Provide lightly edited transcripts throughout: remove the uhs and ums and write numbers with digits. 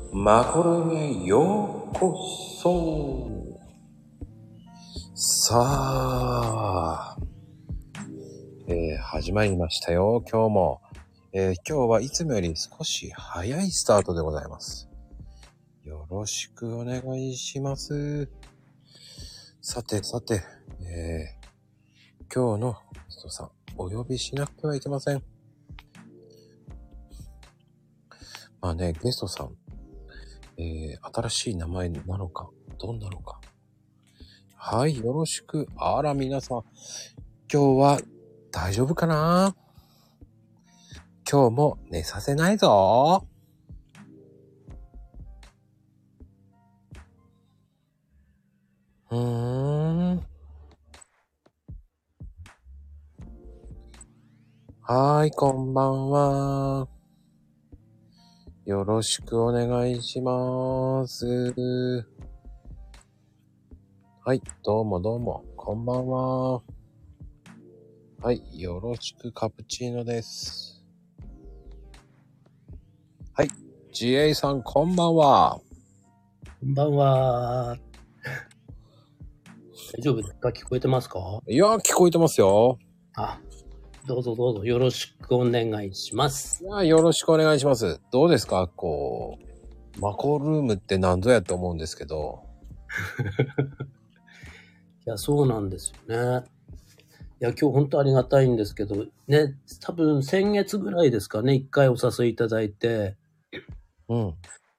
マコルームへようこそ。さあ、始まりましたよ、今日も。今日はいつもより少し早いスタートでございます。よろしくお願いします。さて、今日のゲストさん、お呼びしなくてはいけません。まあね、ゲストさん、新しい名前なのか、どんなのか。はい、よろしく。あら、皆さん、今日は大丈夫かな？今日も寝させないぞ。はい、こんばんは。よろしくお願いします。はい、どうも、こんばんは。はい、よろしくカプチーノです。はい、GA さん、こんばんは。 こんばんは。大丈夫ですか？聞こえてますか？ いやー、聞こえてますよ。 あ、どうぞよろしくお願いします。 いやー、よろしくお願いします。どうですか？マコルームって何ぞやって思うんですけど。 いや、そうなんですよね。いや、今日本当ありがたいんですけど、ね、多分先月ぐらいですかね、一回お誘いいただいて、 うん。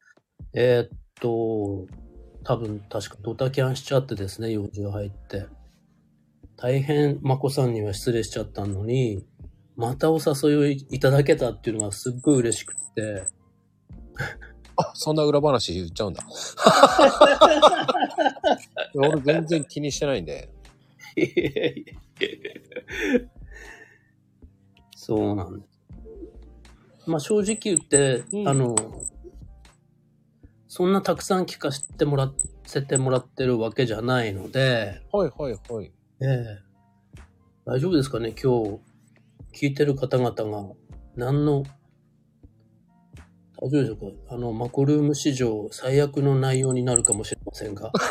多分確かドタキャンしちゃってですね、用事が入って。大変、まこさんには失礼しちゃったのに、またお誘いをいただけたっていうのがすっごい嬉しくて。 あ、そんな裏話言っちゃうんだ。俺全然気にしてないんで。 そうなんです。まあ正直言って、そんなたくさん聞かせてもらってるわけじゃないので、 はい。 大丈夫ですかね、今日聞いてる方々が大丈夫でしょうか？マコルーム史上最悪の内容になるかもしれませんが。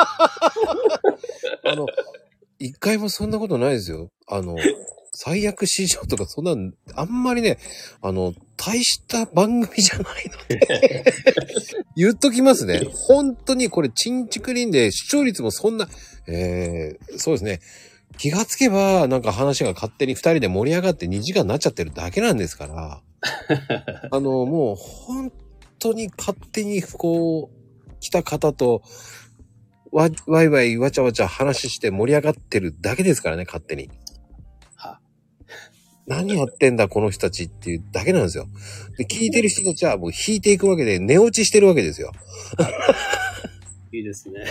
一回もそんなことないですよ。最悪史上とかそんな、あんまりね、大した番組じゃないので、言っときますね。本当にこれ、チンチクリンで視聴率もそんな、そうですね。気がつけば、なんか話が勝手に二人で盛り上がって2時間になっちゃってるだけなんですから、もう本当に勝手に来た方と、ワイワイわちゃわちゃ話して盛り上がってるだけですからね、勝手に。何やってんだこの人たちっていうだけなんですよ。で、聞いてる人たちはもう引いていくわけで寝落ちしてるわけですよ。 いいですね。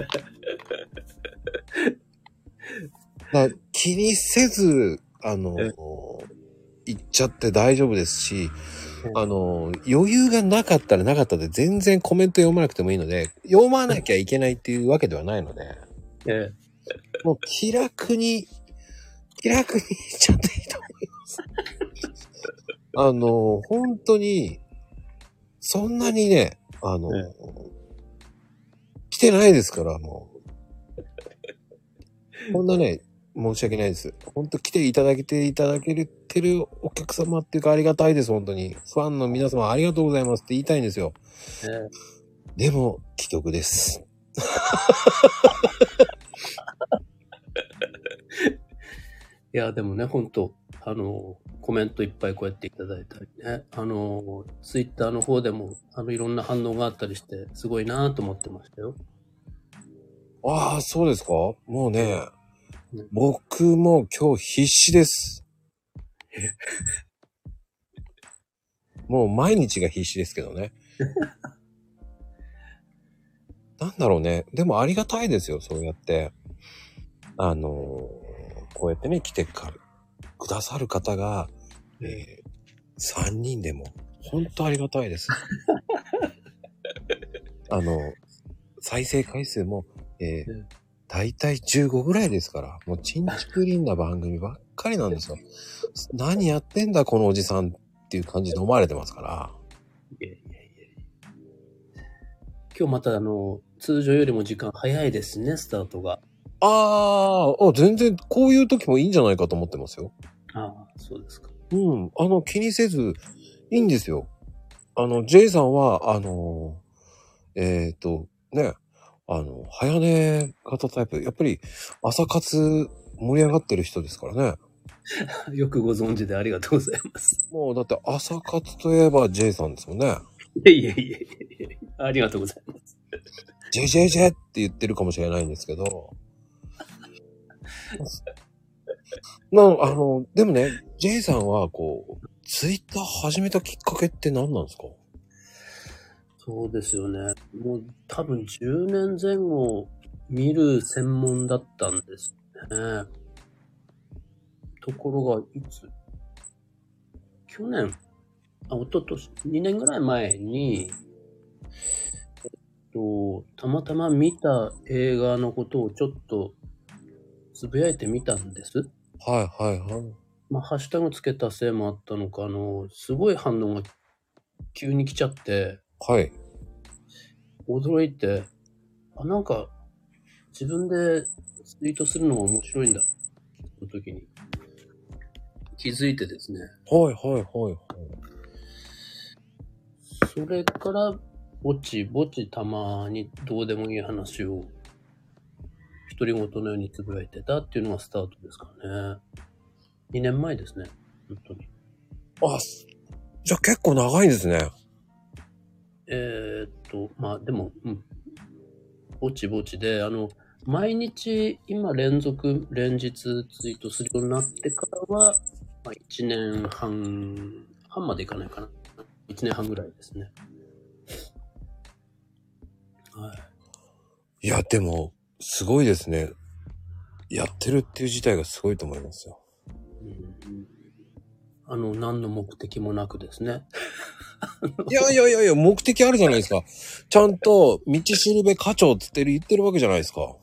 気にせず、言っちゃって大丈夫ですし、余裕がなかったらなかったで全然コメント読まなくてもいいので、読まなきゃいけないっていうわけではないので、もう気楽に言っちゃっていいと思います。本当に、そんなにね、来てないですから、もう。こんなね、申し訳ないです。本当来ていただけてるお客様っていうかありがたいです、本当に。ファンの皆様ありがとうございますって言いたいんですよ。でも、既得です。 いや、でもね、本当コメントいっぱいこうやっていただいたりね、ツイッターの方でも、いろんな反応があったりして、すごいなぁと思ってましたよ。 ああ、そうですか？もうね、僕も今日必死です。もう毎日が必死ですけどね。なんだろうね。でもありがたいですよ、そうやって。こうやってね、来てくださる方が、3人でも、ほんとありがたいです。再生回数も、だいたい15ぐらいですから、もうチンチクリンな番組ばっかりなんですよ。何やってんだこのおじさんっていう感じで思われてますから。 今日また通常よりも時間早いですね、スタートが。 全然こういう時もいいんじゃないかと思ってますよ。 ああ、そうですか。 うん。気にせず、いいんですよ。J さんは、ね、早寝型タイプ。やっぱり、朝活盛り上がってる人ですからね。 よくご存知でありがとうございます。 もう、だって朝活といえば J さんですもんね。 いえいえいえいえ、ありがとうございます。 JJJ って言ってるかもしれないんですけど。でもね、J さんは、ツイッター始めたきっかけって何なんですか？ そうですよね。もう多分10年前後見る専門だったんですね。ところが、いつ去年、一昨年、2年ぐらい前に、たまたま見た映画のことをちょっとつぶやいてみたんです。 はいはいはい。 まあ、ハッシュタグつけたせいもあったのか、すごい反応が急に来ちゃって、 はい。 驚いて、なんか、自分でツイートするのが面白いんだ。その時に。気づいてですね。 はいはいはいはい。 それから、ぼちぼちたまにどうでもいい話を、独り言のようにつぶやいてたっていうのがスタートですかね。2年前ですね。本当に。 じゃあ結構長いんですね。 まあでも、ぼちぼちで、毎日、今連日ツイートするようになってからは、まあ1年半までいかないかな。1年半ぐらいですね。はい。 いや、でも、すごいですね。やってるっていう自体がすごいと思いますよ。 何の目的もなくですね。 いや、目的あるじゃないですか。ちゃんと、道しるべ課長って言ってるわけじゃないですか。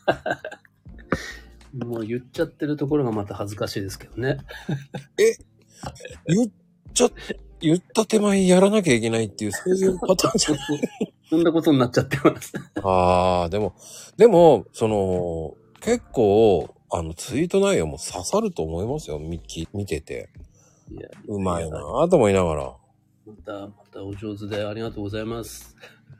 もう言っちゃってるところがまた恥ずかしいですけどね。 言った手前やらなきゃいけないっていう、そういうパターンじゃない。 そんなことになっちゃってます。 でも、結構、ツイート内容も刺さると思いますよ。見てて。 いやうまいなぁと思いながら。 またお上手でありがとうございます。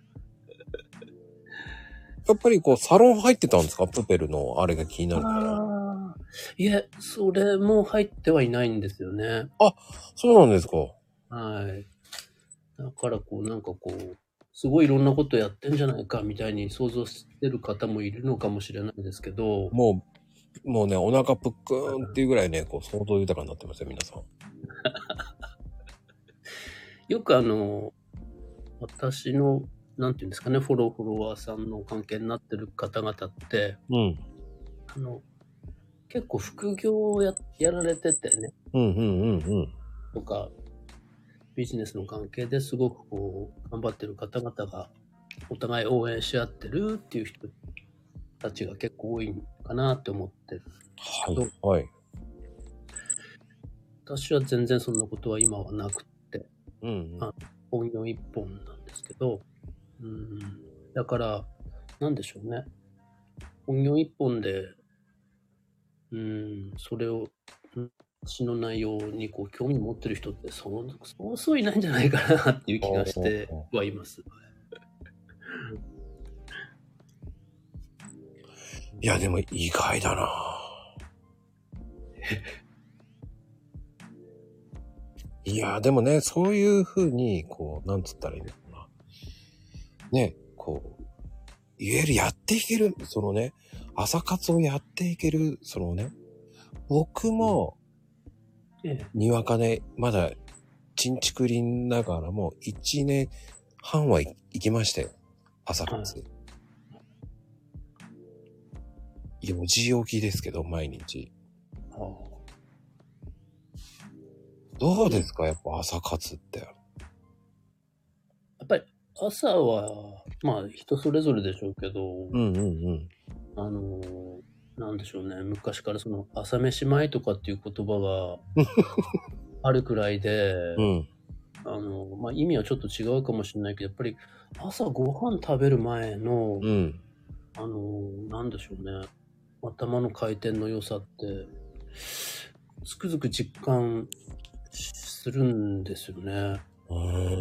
やっぱりサロン入ってたんですか？プペルのあれが気になるから。 いえ、それも入ってはいないんですよね。 そうなんですか。 はい。だからすごいいろんなことやってんじゃないかみたいに想像してる方もいるのかもしれないですけど。 もうね、お腹ぷっくーんっていうぐらいね、相当豊かになってますよ、皆さん。 よく私の、なんていうんですかね、フォロワーさんの関係になってる方々って、結構副業をやられててね。とか、ビジネスの関係ですごく頑張ってる方々がお互い応援し合ってるっていう人たちが結構多いかなって思ってるんですけど、 はい。 私は全然そんなことは今はなくって、本業一本なんですけど、だから、なんでしょうね。本業一本で、それを、私の内容に興味持ってる人ってそうそういないんじゃないかなっていう気がしてはいます。 いや、でも意外だないや、でもね、そういう風に、なんつったらいいのかな。ね、いわゆるやっていける、朝活をやっていける、僕も、にわかね、まだ、ちんちくりんながらも、1年半は行きましたよ。朝活。4時起きですけど、毎日。どうですか？やっぱ朝活って。 やっぱり朝は、まあ人それぞれでしょうけど、なんでしょうね。昔から朝飯前とかっていう言葉があるくらいで、 意味はちょっと違うかもしれないけど、やっぱり朝ご飯食べる前の、 うん。 なんでしょうね。頭の回転の良さって、つくづく実感するんですよね。だ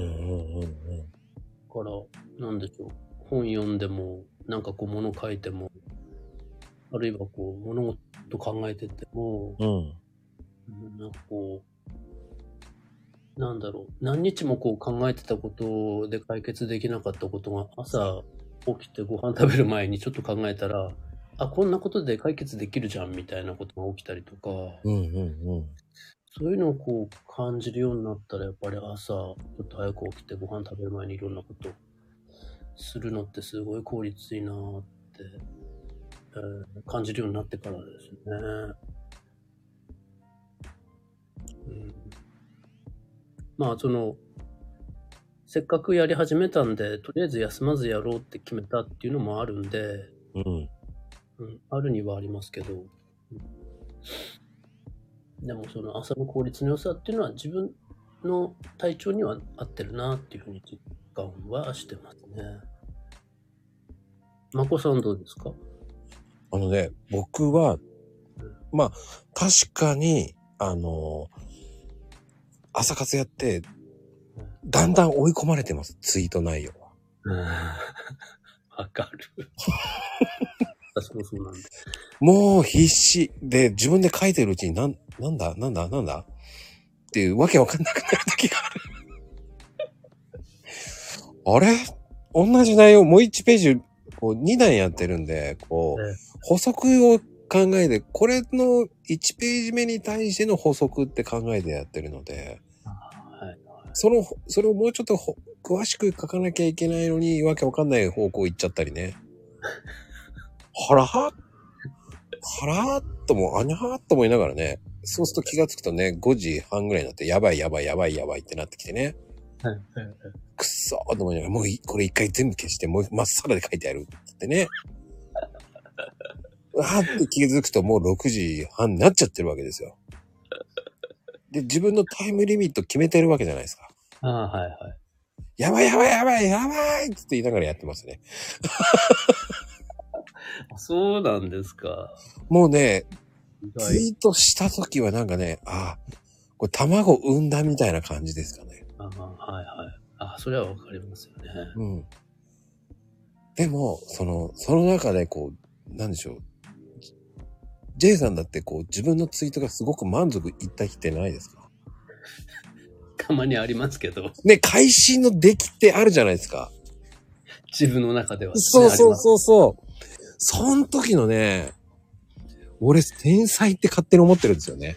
から、なんでしょう。本読んでも、なんかこう物書いても、あるいはこう物事考えてても、なんかこう、なんだろう。何日もこう考えてたことで解決できなかったことが朝起きてご飯食べる前にちょっと考えたら、あ、こんなことで解決できるじゃんみたいなことが起きたりとか、そういうのをこう感じるようになったら、やっぱり朝ちょっと早く起きてご飯食べる前にいろんなことするのってすごい効率いいなーって、感じるようになってからですね。せっかくやり始めたんで、とりあえず休まずやろうって決めたっていうのもあるんで、あるにはありますけど、でもその朝の効率の良さっていうのは自分の体調には合ってるなっていうふうに実感はしてますね。まこさんどうですか？ 僕は、確かに、朝活やって、だんだん追い込まれてます、ツイート内容は。 わかる。私もそうなんで。 もう必死で、自分で書いてるうちになんだっていうわけわかんなくなる時がある。あれ同じ内容、もう1ページ、こう2段やってるんで、こう、補足を考えて、これの1ページ目に対しての補足って考えてやってるので、それをもうちょっと詳しく書かなきゃいけないのに、わけわかんない方向行っちゃったりね。はらーっとも、あにゃーっと思いながらね、そうすると気がつくとね、5時半ぐらいになって、やばいってなってきてね。くっそーと思いながら、もうこれ一回全部消して、もうまっさらで書いてやるってね。わーって気づくともう6時半になっちゃってるわけですよ。で、自分のタイムリミット決めてるわけじゃないですか。やばいって言いながらやってますね。 そうなんですか。 もうね、ツイートした時はなんかね、これ卵産んだみたいな感じですかね。 それはわかりますよね。 でも、その中でこう、なんでしょう。J さんだってこう、自分のツイートがすごく満足いった日ってないですか？ たまにありますけど。 ね、会心の出来ってあるじゃないですか。 自分の中では、ね。 そう。その時のね、俺天才って勝手に思ってるんですよね。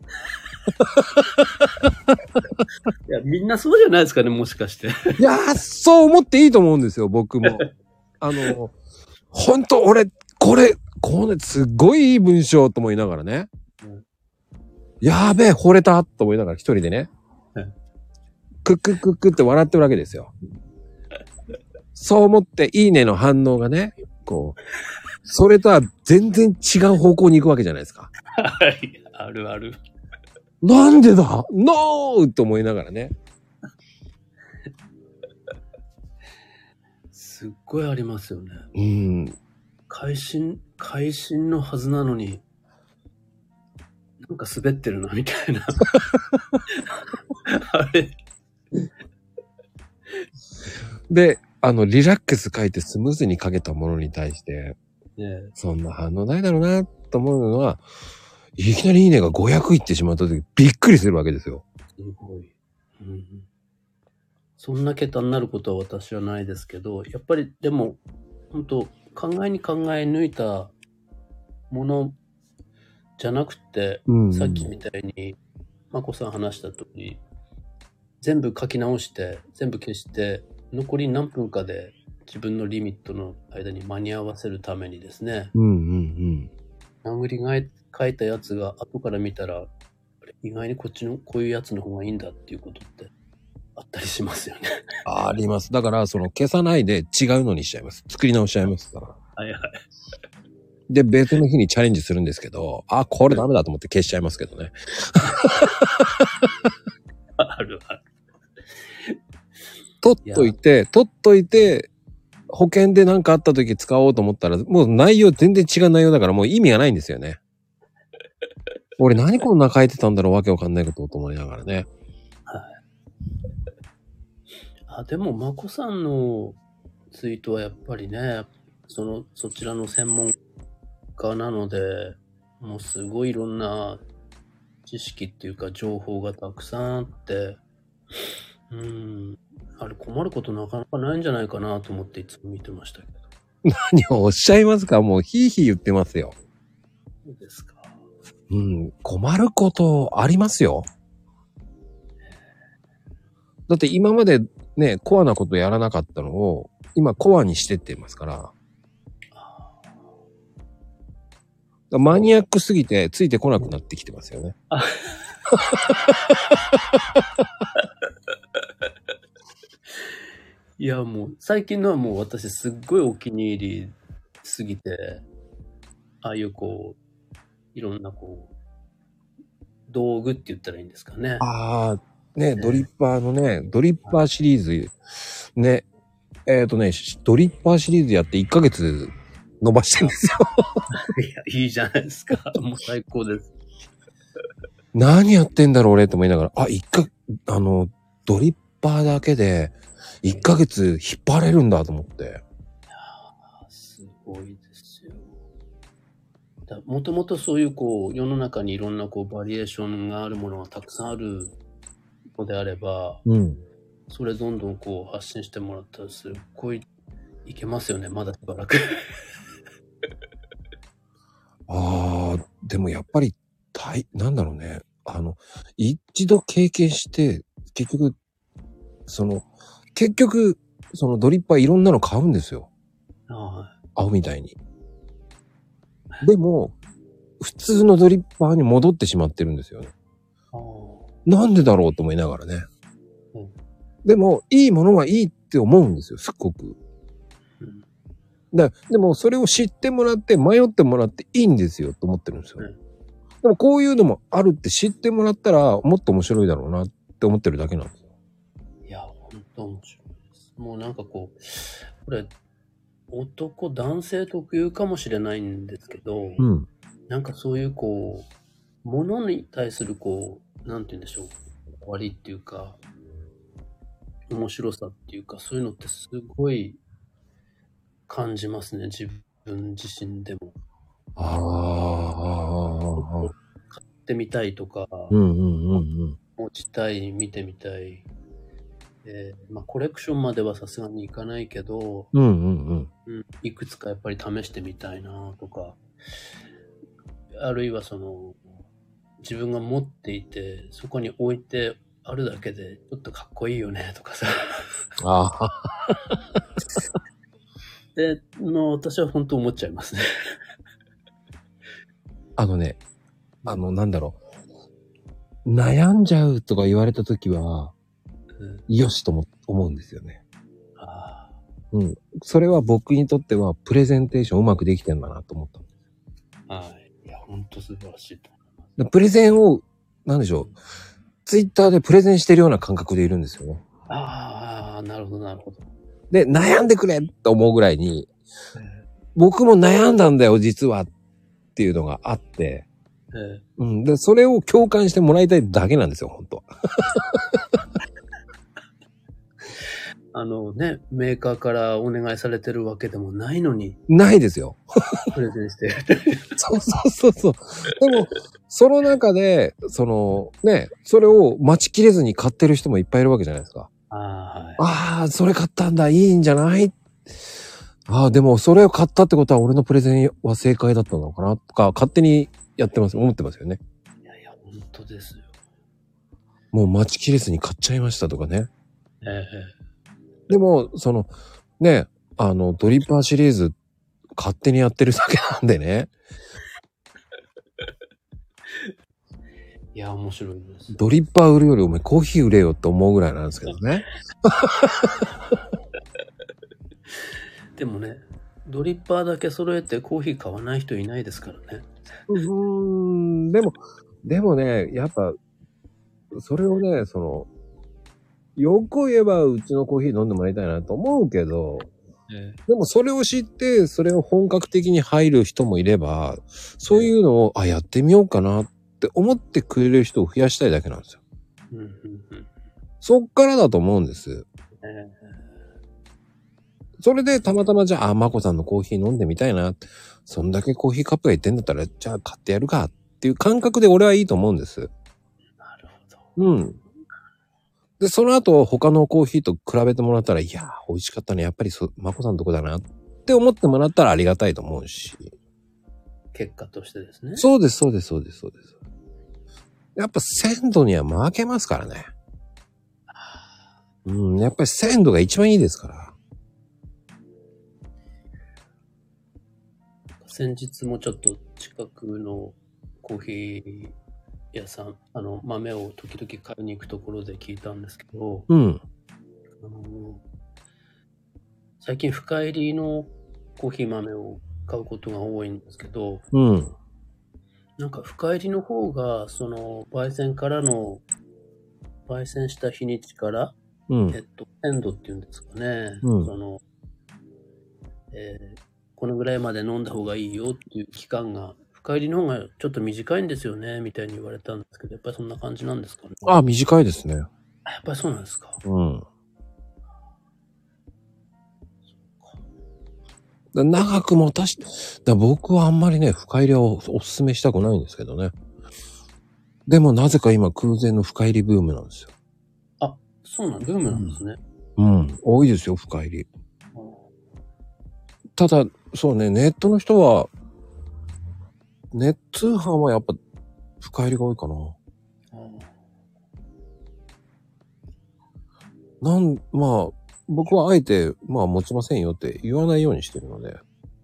いや、みんなそうじゃないですかね、もしかして。 いやー、そう思っていいと思うんですよ、僕も。ほんと、俺、これ、すっごいいい文章と思いながらね。やーべえ、惚れたと思いながら一人でね。クッって笑ってるわけですよ。そう思って、いいねの反応がね、こう、それとは全然違う方向に行くわけじゃないですか。 はい、あるある。 なんでだノーと思いながらね。 すっごいありますよね。会心のはずなのに、なんか滑ってるな、みたいな。あれ。 で、リラックス書いてスムーズに書けたものに対して、そんな反応ないだろうな、と思うのは、いきなりいいねが500いってしまった時、びっくりするわけですよ。 すごい。そんな桁になることは私はないですけど、やっぱりでも、本当考え抜いたものじゃなくて、さっきみたいに、まこさん話した通り、全部書き直して、全部消して、残り何分かで自分のリミットの間に間に合わせるためにですね、殴り書いたやつが後から見たら、意外にこういうやつの方がいいんだっていうことってあったりしますよね。 あります。だから、消さないで違うのにしちゃいます。作り直しちゃいますから。 はいはい。 で、別の日にチャレンジするんですけど、これダメだと思って消しちゃいますけどね。 あるある。 取っといて、保険で何かあった時使おうと思ったら、もう内容全然違う内容だからもう意味がないんですよね。俺何こんな書いてたんだろう、わけわかんないことと思いながらね。 はい。あ、でも、まこさんのツイートはやっぱりね、そちらの専門家なので、もうすごいいろんな知識っていうか情報がたくさんあって、あれ困ることなかなかないんじゃないかなと思っていつも見てましたけど。 何をおっしゃいますか？もうヒーヒー言ってますよ。 そうですか。 困ることありますよ。だって今までね、コアなことやらなかったのを、今コアにしてってますから。マニアックすぎてついてこなくなってきてますよね。 いや、もう、最近のはもう私すっごいお気に入りすぎて、ああいうこう、いろんなこう、道具って言ったらいいんですかね。 ドリッパーのね、ドリッパーシリーズ、ね、ドリッパーシリーズやって1ヶ月伸ばしてるんですよ。 いや、いいじゃないですか。もう最高です。 何やってんだろう俺と思いながら、ドリッパーだけで1ヶ月引っ張れるんだと思って。 すごいですよ。もともとそういうこう、世の中にいろんなこう、バリエーションがあるものがたくさんあるのであれば、それどんどんこう発信してもらったらすっごいいけますよね、まだしばらく。 でもやっぱり、なんだろうね。一度経験して、結局、ドリッパーいろんなの買うんですよ。青みたいに。でも、普通のドリッパーに戻ってしまってるんですよね。なんでだろうと思いながらね。でも、いいものはいいって思うんですよ、すっごく。でも、それを知ってもらって、迷ってもらっていいんですよ、と思ってるんですよ。でも、こういうのもあるって知ってもらったら、もっと面白いだろうなって思ってるだけなんですよ。 いや、ほんと面白いです。もうなんかこう、これ、男性特有かもしれないんですけど、なんかそういうこう、ものに対するこう、なんて言うんでしょう、終わりっていうか、面白さっていうか、そういうのってすごい感じますね、自分自身でも。買ってみたいとか、持ちたい、見てみたい。コレクションまではさすがにいかないけど、いくつかやっぱり試してみたいなとか、あるいは自分が持っていて、そこに置いてあるだけで、ちょっとかっこいいよねとかさ。で、私は本当思っちゃいますね。 なんだろう。悩んじゃうとか言われたときは、よしと思うんですよね。それは僕にとってはプレゼンテーションうまくできてんだなと思ったんです。 はい。いや、ほんと素晴らしいと思います。プレゼンを、なんでしょう。ツイッターでプレゼンしてるような感覚でいるんですよね。 なるほど、なるほど。 で、悩んでくれって思うぐらいに、僕も悩んだんだよ、実は。っていうのがあって、で、それを共感してもらいたいだけなんですよ、本当は。 メーカーからお願いされてるわけでもないのに。 ないですよ。 プレゼンしてる。 そう。でも、その中で、それを待ちきれずに買ってる人もいっぱいいるわけじゃないですか。それ買ったんだ、いいんじゃない？でもそれを買ったってことは俺のプレゼンは正解だったのかなとか、勝手に思ってますよね。 いや、本当ですよ。 もう待ちきれずに買っちゃいましたとかね。でも、ドリッパーシリーズ勝手にやってるだけなんでね。 いや、面白いです。 ドリッパー売るよりお前コーヒー売れよって思うぐらいなんですけどね。 でもね、ドリッパーだけ揃えてコーヒー買わない人いないですからね。 でもね、やっぱ、それをね、 よく言えばうちのコーヒー飲んでもらいたいなと思うけど、でもそれを知って、それを本格的に入る人もいれば、そういうのを、やってみようかなって思ってくれる人を増やしたいだけなんですよ。そっからだと思うんです。それでたまたまじゃあ、まこさんのコーヒー飲んでみたいな。そんだけコーヒーカップが言ってんだったら、じゃあ買ってやるかっていう感覚で俺はいいと思うんです。 なるほど。 うん。で、その後他のコーヒーと比べてもらったら、いやー、美味しかったね。やっぱりまこさんのとこだなって思ってもらったらありがたいと思うし。 結果としてですね。 そうです、そうです、そうです、そうです。やっぱ鮮度には負けますからね。うん、やっぱり鮮度が一番いいですから。 先日もちょっと近くのコーヒー屋さん、豆を時々買いに行くところで聞いたんですけど、 うん。 最近深入りのコーヒー豆を買うことが多いんですけど、 うん。 なんか深入りの方が、その焙煎した日にちから、 うん。 鮮度っていうんですかね、 うん。 このぐらいまで飲んだ方がいいよっていう期間が、深入りの方がちょっと短いんですよね、みたいに言われたんですけど、やっぱりそんな感じなんですかね。 短いですね。 やっぱりそうなんですか。 うん。長くも僕はあんまりね、深入りをお勧めしたくないんですけどね。でもなぜか今空前の深入りブームなんですよ。 あ、そうなん、ブームなんですね。 うん、多いですよ、深入り。ただ、そうね、ネットの人は、ネット通販はやっぱ深入りが多いかな。まあ、僕はあえて、持ちませんよって言わないようにしてるので。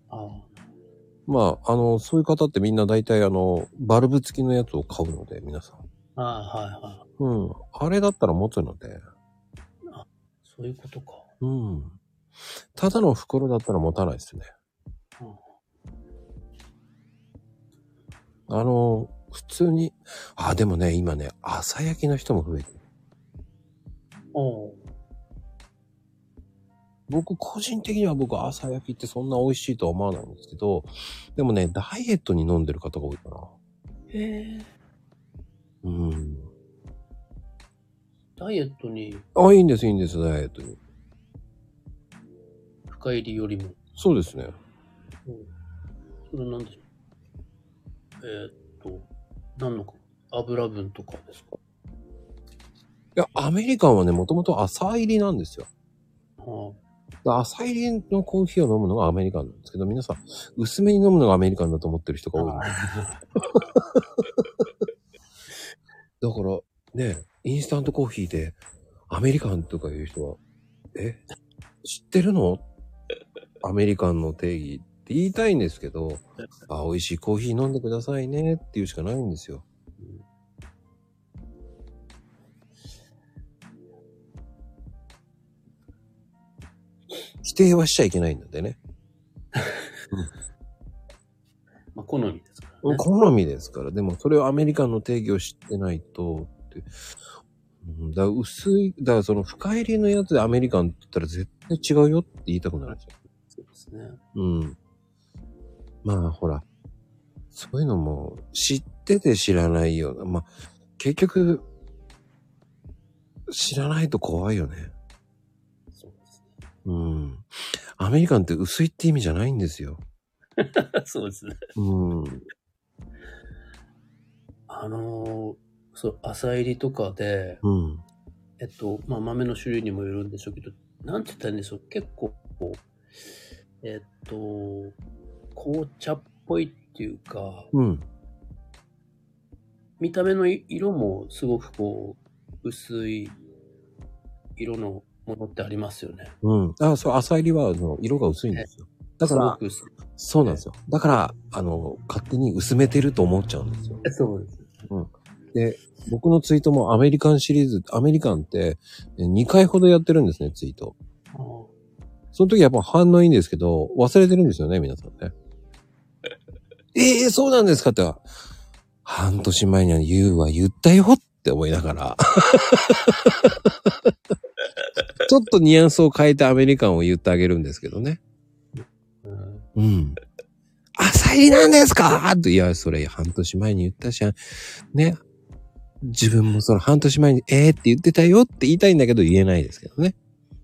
そういう方ってみんな大体バルブ付きのやつを買うので、皆さん。 はいはい。 うん。あれだったら持つので。 そういうことか。 うん。ただの袋だったら持たないですね。普通に、でもね、今ね、朝焼きの人も増えてる。個人的には朝焼きってそんな美味しいとは思わないんですけど、でもね、ダイエットに飲んでる方が多いかな。うん。 ダイエットに。 いいんです、いいんです、ダイエットに。 深入りよりも。 そうですね。 それなんでしょう。何のか、油分とかですか？ いや、アメリカンはね、もともと朝入りなんですよ。朝入りのコーヒーを飲むのがアメリカンなんですけど、皆さん、薄めに飲むのがアメリカンだと思ってる人が多いんで。だから、ね、インスタントコーヒーでアメリカンとかいう人は、知ってるの？アメリカンの定義って言いたいんですけど、美味しいコーヒー飲んでくださいねっていうしかないんですよ。否定はしちゃいけないのでね。 好みですからね。 好みですから。でもそれをアメリカンの定義を知ってないとって。だからその深入りのやつでアメリカンって言ったら絶対違うよって言いたくなるんですよ。 そうですね。 ほら。そういうのも知ってて知らないような。結局、知らないと怖いよね。 そうですね。 アメリカンって薄いって意味じゃないんですよ。 そうですね。朝入りとかで、豆の種類にもよるんでしょうけど、なんて言ったらいいんでしょう。結構、紅茶っぽいっていうか、見た目の色もすごく薄い色のものってありますよね。 そう、朝入りは色が薄いんですよ。だから、そうなんですよ。だから、勝手に薄めてると思っちゃうんですよ。 そうです。 で、僕のツイートもアメリカンシリーズ、アメリカンって2回ほどやってるんですね、ツイート。その時やっぱ反応いいんですけど、忘れてるんですよね、皆さんね。そうなんですかって。半年前には言ったよって思いながら。 ちょっとニュアンスを変えてアメリカンを言ってあげるんですけどね。うん。朝入りなんですかと、いや、それ半年前に言ったじゃん。ね。自分もその半年前に、って言ってたよって言いたいんだけど言えないですけどね。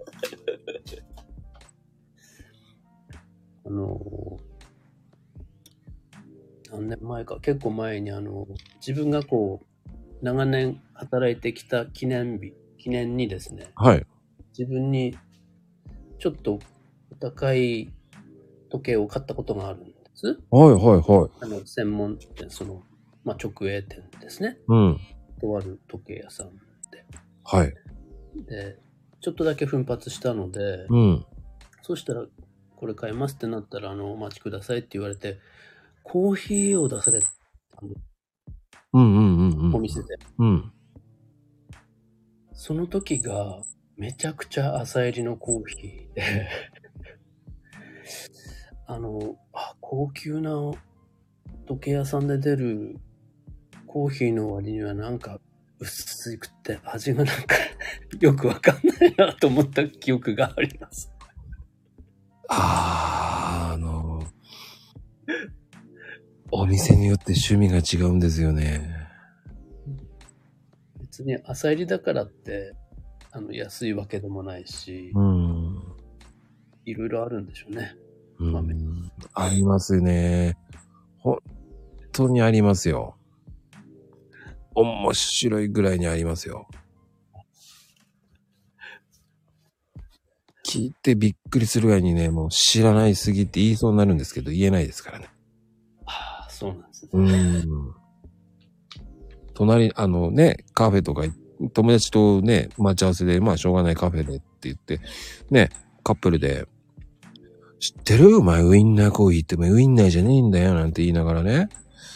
何年前か、結構前に自分がこう、長年働いてきた記念にですね、 はい。 自分にちょっとお高い時計を買ったことがあるんです。 はいはいはい。 専門店、直営店ですね。 うん。 とある時計屋さんで。 はい。 で、ちょっとだけ奮発したので、 うん。 そしたら、これ買いますってなったら、お待ちくださいって言われて、コーヒーを出されたお店で。 うん。 その時が、めちゃくちゃ朝入りのコーヒーで、高級な時計屋さんで出るコーヒーの割にはなんか薄くて味がなんかよくわかんないなと思った記憶があります。 お店によって趣味が違うんですよね。 別に朝入りだからって安いわけでもないし、いろいろあるんでしょうね。 ありますね。本当にありますよ。面白いぐらいにありますよ。聞いてびっくりするぐらいにね、もう知らないすぎって言いそうになるんですけど、言えないですからね。 ああ、そうなんですね。 隣、カフェとか、友達とね、待ち合わせで、まあ、しょうがないカフェでって言って、ね、カップルで、知ってるお前ウインナーコーヒーってウインナーじゃねえんだよなんて言いながらね。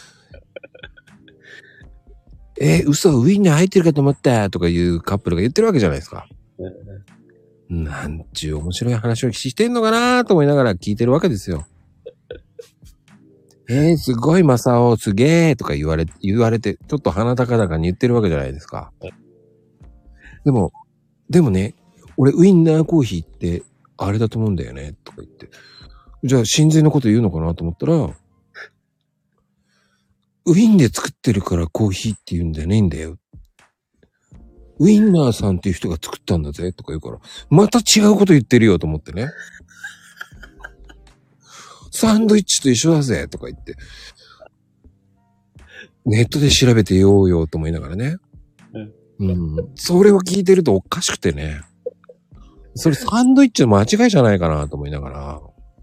嘘、ウインナー入ってるかと思ったとかいうカップルが言ってるわけじゃないですか。なんちゅう面白い話をしてんのかなと思いながら聞いてるわけですよ。すごいマサオすげーとか言われて、ちょっと鼻高々に言ってるわけじゃないですか。でもね、俺ウインナーコーヒーってあれだと思うんだよねとか言って。じゃあ真髄のこと言うのかなと思ったら、ウィンで作ってるからコーヒーって言うんじゃねえんだよ。ウィンナーさんっていう人が作ったんだぜとか言うから、また違うこと言ってるよと思ってね。サンドイッチと一緒だぜとか言って。ネットで調べてようよと思いながらね。それを聞いてるとおかしくてね。それサンドイッチの間違いじゃないかなと思いながら。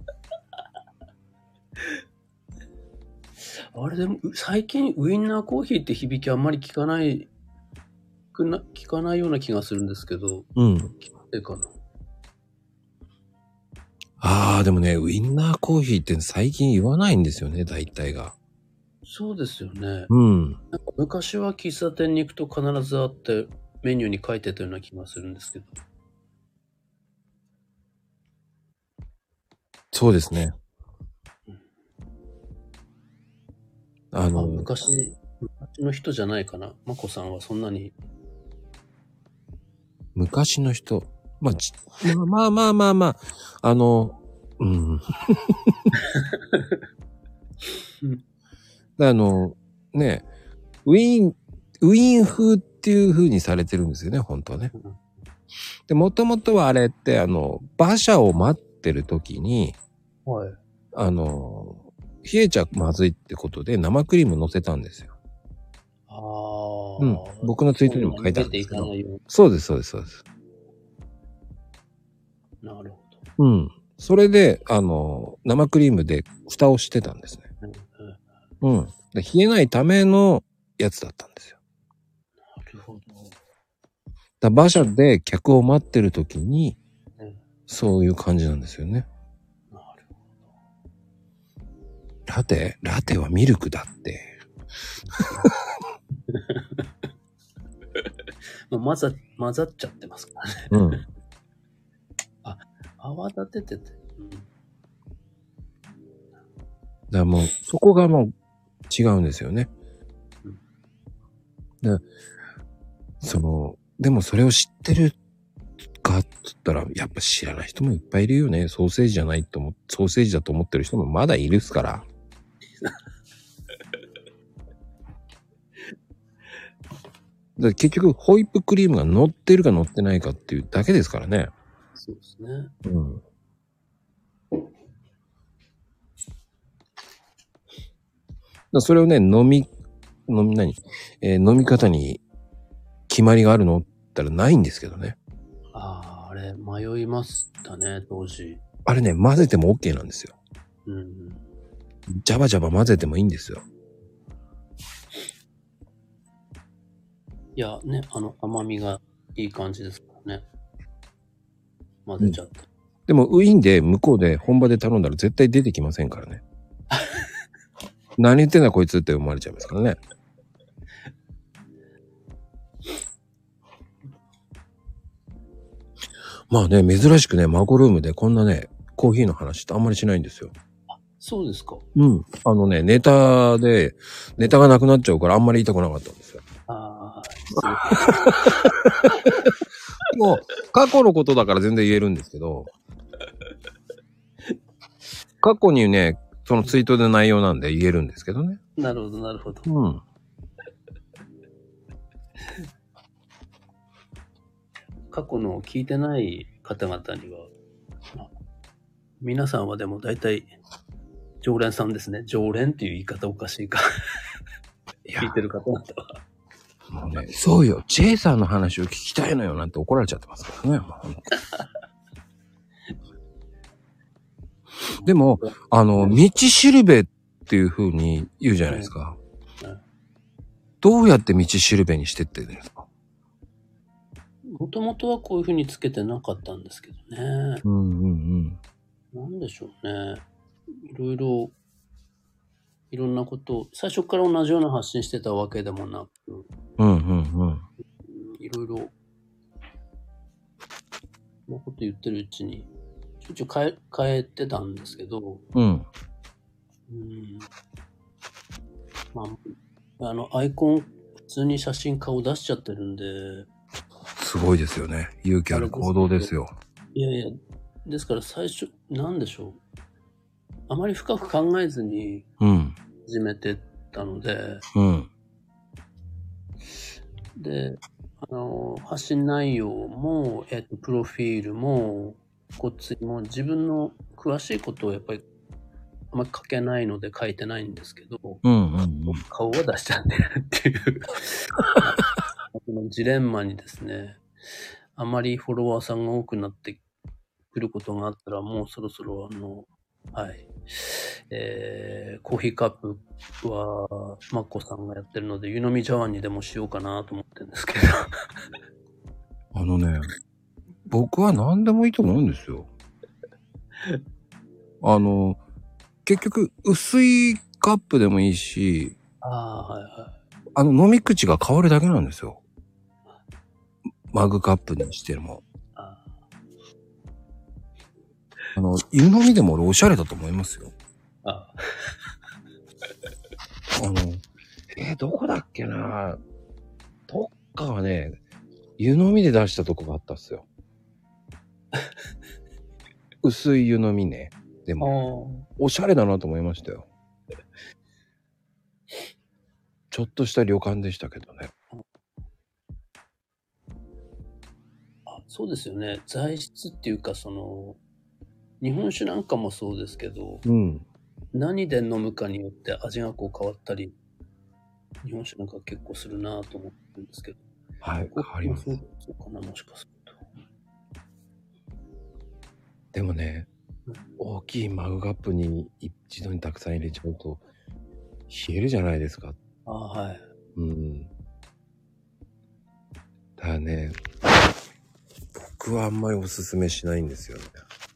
あれでも、最近ウインナーコーヒーって響きあんまり聞かないような気がするんですけど。聞こえかな。 でもね、ウインナーコーヒーって最近言わないんですよね、大体が。 そうですよね。なんか昔は喫茶店に行くと必ずあってメニューに書いてたような気がするんですけど。 そうですね。 昔の人じゃないかな。まこさんはそんなに。 昔の人。まあね、ウィン風っていう風にされてるんですよね、本当はね。で、もともとはあれって、馬車を待ってる時に、 はい。 冷えちゃまずいってことで生クリーム乗せたんですよ。僕のツイートにも書いてあるんですけど。そうです、そうです、そうです。 なるほど。それで、生クリームで蓋をしてたんですね。で冷えないためのやつだったんですよ。 なるほど。馬車で客を待ってる時に、そういう感じなんですよね。 なるほど。ラテはミルクだって。 混ざっちゃってますからね。泡立ててて。 だからもう、そこがもう違うんですよね。でもそれを知ってるかっつったら、やっぱ知らない人もいっぱいいるよね。ソーセージじゃないとソーセージだと思ってる人もまだいるっすから。だ結局、ホイップクリームが乗ってるか乗ってないかっていうだけですからね。 そうですね。 うん。それをね、飲み方に決まりがあるのって言ったらないんですけどね。 あれ、迷いましたね、当時。 あれね、混ぜても OK なんですよ。 うん。 ジャバジャバ混ぜてもいいんですよ。 いや、ね、甘みがいい感じですからね。混ぜちゃって。 でも、ウィーンで向こうで本場で頼んだら絶対出てきませんからね。何言ってんだこいつって思われちゃいますからね。まあね、珍しくね、マコルームでこんなね、コーヒーの話ってあんまりしないんですよ。 そうですか。 うん。ネタがなくなっちゃうからあんまり言いたくなかったんですよ。もう、過去のことだから全然言えるんですけど、過去にね、そのツイートで内容なんで言えるんですけどね。 なるほど、なるほど。 うん。 過去の聞いてない方々には、皆さんはでも大体、常連さんですね。常連っていう言い方おかしいか。聞いてる方々は。 もうね、そうよ、J さんの話を聞きたいのよなんて怒られちゃってますからね。でも、道しるべっていう風に言うじゃないですか。どうやって道しるべにしてってるんですか？ もともとはこういう風につけてなかったんですけどね。なんでしょうね。いろんなことを、最初から同じような発信してたわけでもなく、いろいろ、なこと言ってるうちに、ちょいちょい変えてたんですけど、アイコン、普通に写真顔出しちゃってるんで。 すごいですよね。勇気ある行動ですよ。 いやいや、ですから最初、なんでしょう。あまり深く考えずに始めてたので、で、発信内容も、プロフィールも、こっちも自分の詳しいことをやっぱりあんまり書けないので書いてないんですけど、顔を出しちゃってるっていうこのジレンマにですね、あまりフォロワーさんが多くなってくることがあったら、もうそろそろコーヒーカップはマッコさんがやってるので、湯飲み茶碗にでもしようかなと思ってるんですけど。 僕は何でもいいと思うんですよ。結局、薄いカップでもいいし、飲み口が変わるだけなんですよ。マグカップにしても。湯飲みでも俺おしゃれだと思いますよ。どこだっけな？どっかはね、湯飲みで出したとこがあったっすよ。薄い湯飲みね。でも、おしゃれだなと思いましたよ。ちょっとした旅館でしたけどね。 そうですよね。材質っていうか、日本酒なんかもそうですけど、何で飲むかによって味がこう変わったり、日本酒なんか結構するなと思ってるんですけど。 はい、変わります。 そうかな、もしかすると。 でもね、大きいマグカップに一度にたくさん入れちゃうと、冷えるじゃないですか。 はい。 だからね、僕はあんまりおすすめしないんですよね。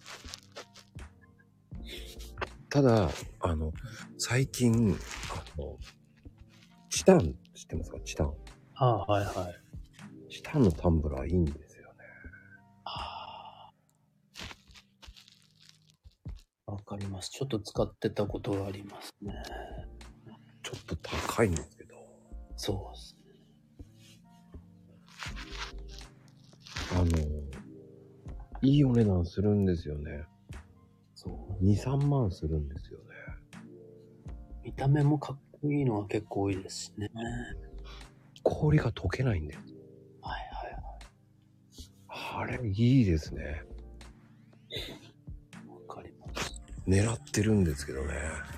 ただ、最近、チタン、知ってますか？チタン。 はいはい。 チタンのタンブラーいいんですよね。 わかります。ちょっと使ってたことがありますね。 ちょっと高いんですけど。 そうですね。 いいお値段するんですよね。 そう。 2、3万するんですよね。 見た目もかっこいいのが結構多いですしね。 氷が溶けないんです。 はいはいあれ、いいですね。 わかります。 狙ってるんですけどね。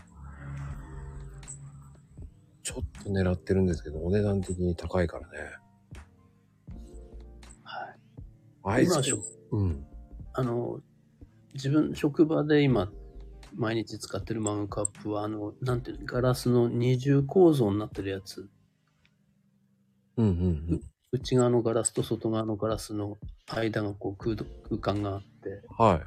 ちょっと狙ってるんですけど、お値段的に高いからね。 はい。今、 うん。 自分、職場で今、毎日使ってるマグカップは、なんていうの、ガラスの二重構造になってるやつ。 うんうんうん。 内側のガラスと外側のガラスの間がこう空間があって、 はい。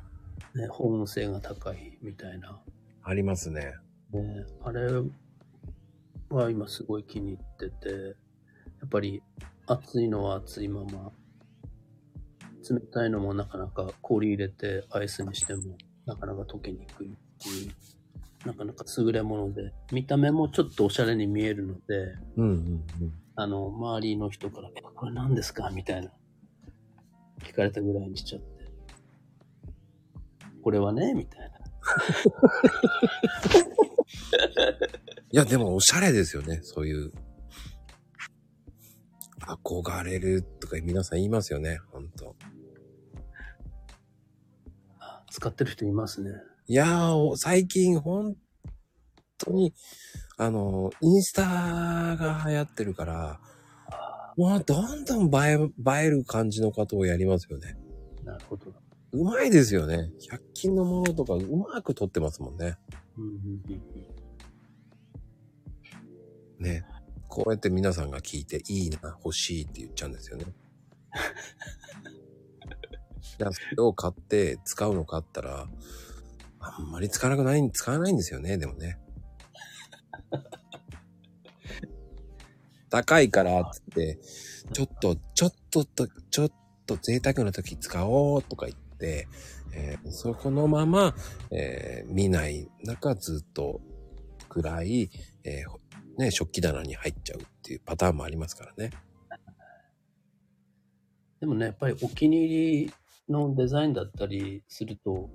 ね、保温性が高いみたいな。 ありますね。 ね、あれは今すごい気に入ってて、やっぱり熱いのは熱いまま、冷たいのもなかなか氷入れてアイスにしてもなかなか溶けにくいっていう、なかなか優れもので、見た目もちょっとおしゃれに見えるので、 うんうんうん。 周りの人から、これ何ですかみたいな、聞かれたぐらいにしちゃって。これはねみたいな。 いや、でもおしゃれですよね。そういう。憧れるとか皆さん言いますよね。ほんと。 使ってる人いますね。 いやー、最近本当に、インスタが流行ってるから、もうどんどん映える感じの方をやりますよね。 なるほど。 うまいですよね。100均のものとかうまく撮ってますもんね。 うんうんうんうん、 ね。こうやって皆さんが聞いていいな、欲しいって言っちゃうんですよね。じゃあそれを買って使うのかって言ったら、あんまり使わないんですよね、でもね。高いからっつって、ちょっと贅沢な時使おうとか言って、そこのまま、見ない中ずっと暗い、ね、食器棚に入っちゃうっていうパターンもありますからね。 でもね、やっぱりお気に入りのデザインだったりすると、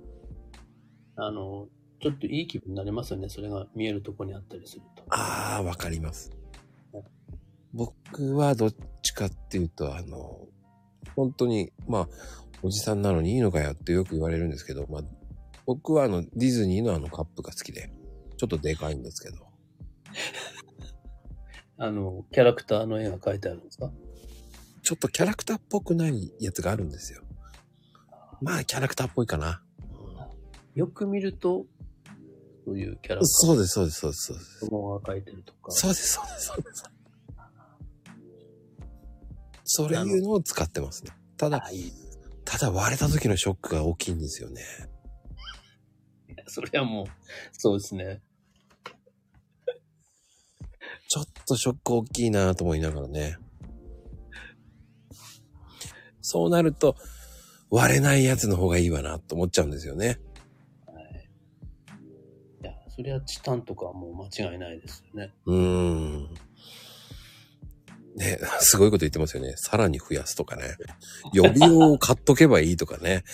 ちょっといい気分になりますよね。それが見えるところにあったりすると。 ああ、わかります。僕はどっちかっていうと、本当に、まあ、おじさんなのにいいのかよってよく言われるんですけど、まあ、僕はディズニーのカップが好きで、ちょっとでかいんですけど。 キャラクターの絵が描いてあるんですか？ ちょっとキャラクターっぽくないやつがあるんですよ。まあ、キャラクターっぽいかな。 よく見ると、そういうキャラクター。 そうです、そうです、そうです。そうです。 子供が描いてるとか。 そうです、そうです、そうです。それいうのを使ってますね。ただ割れた時のショックが大きいんですよね。 いや、それはもう、そうですね。 ちょっとショック大きいなと思いながらね。そうなると、割れないやつの方がいいわなと思っちゃうんですよね。 はい。いや、それはチタンとかはもう間違いないですよね。 ね、すごいこと言ってますよね。さらに増やすとかね。予備用を買っとけばいいとかね。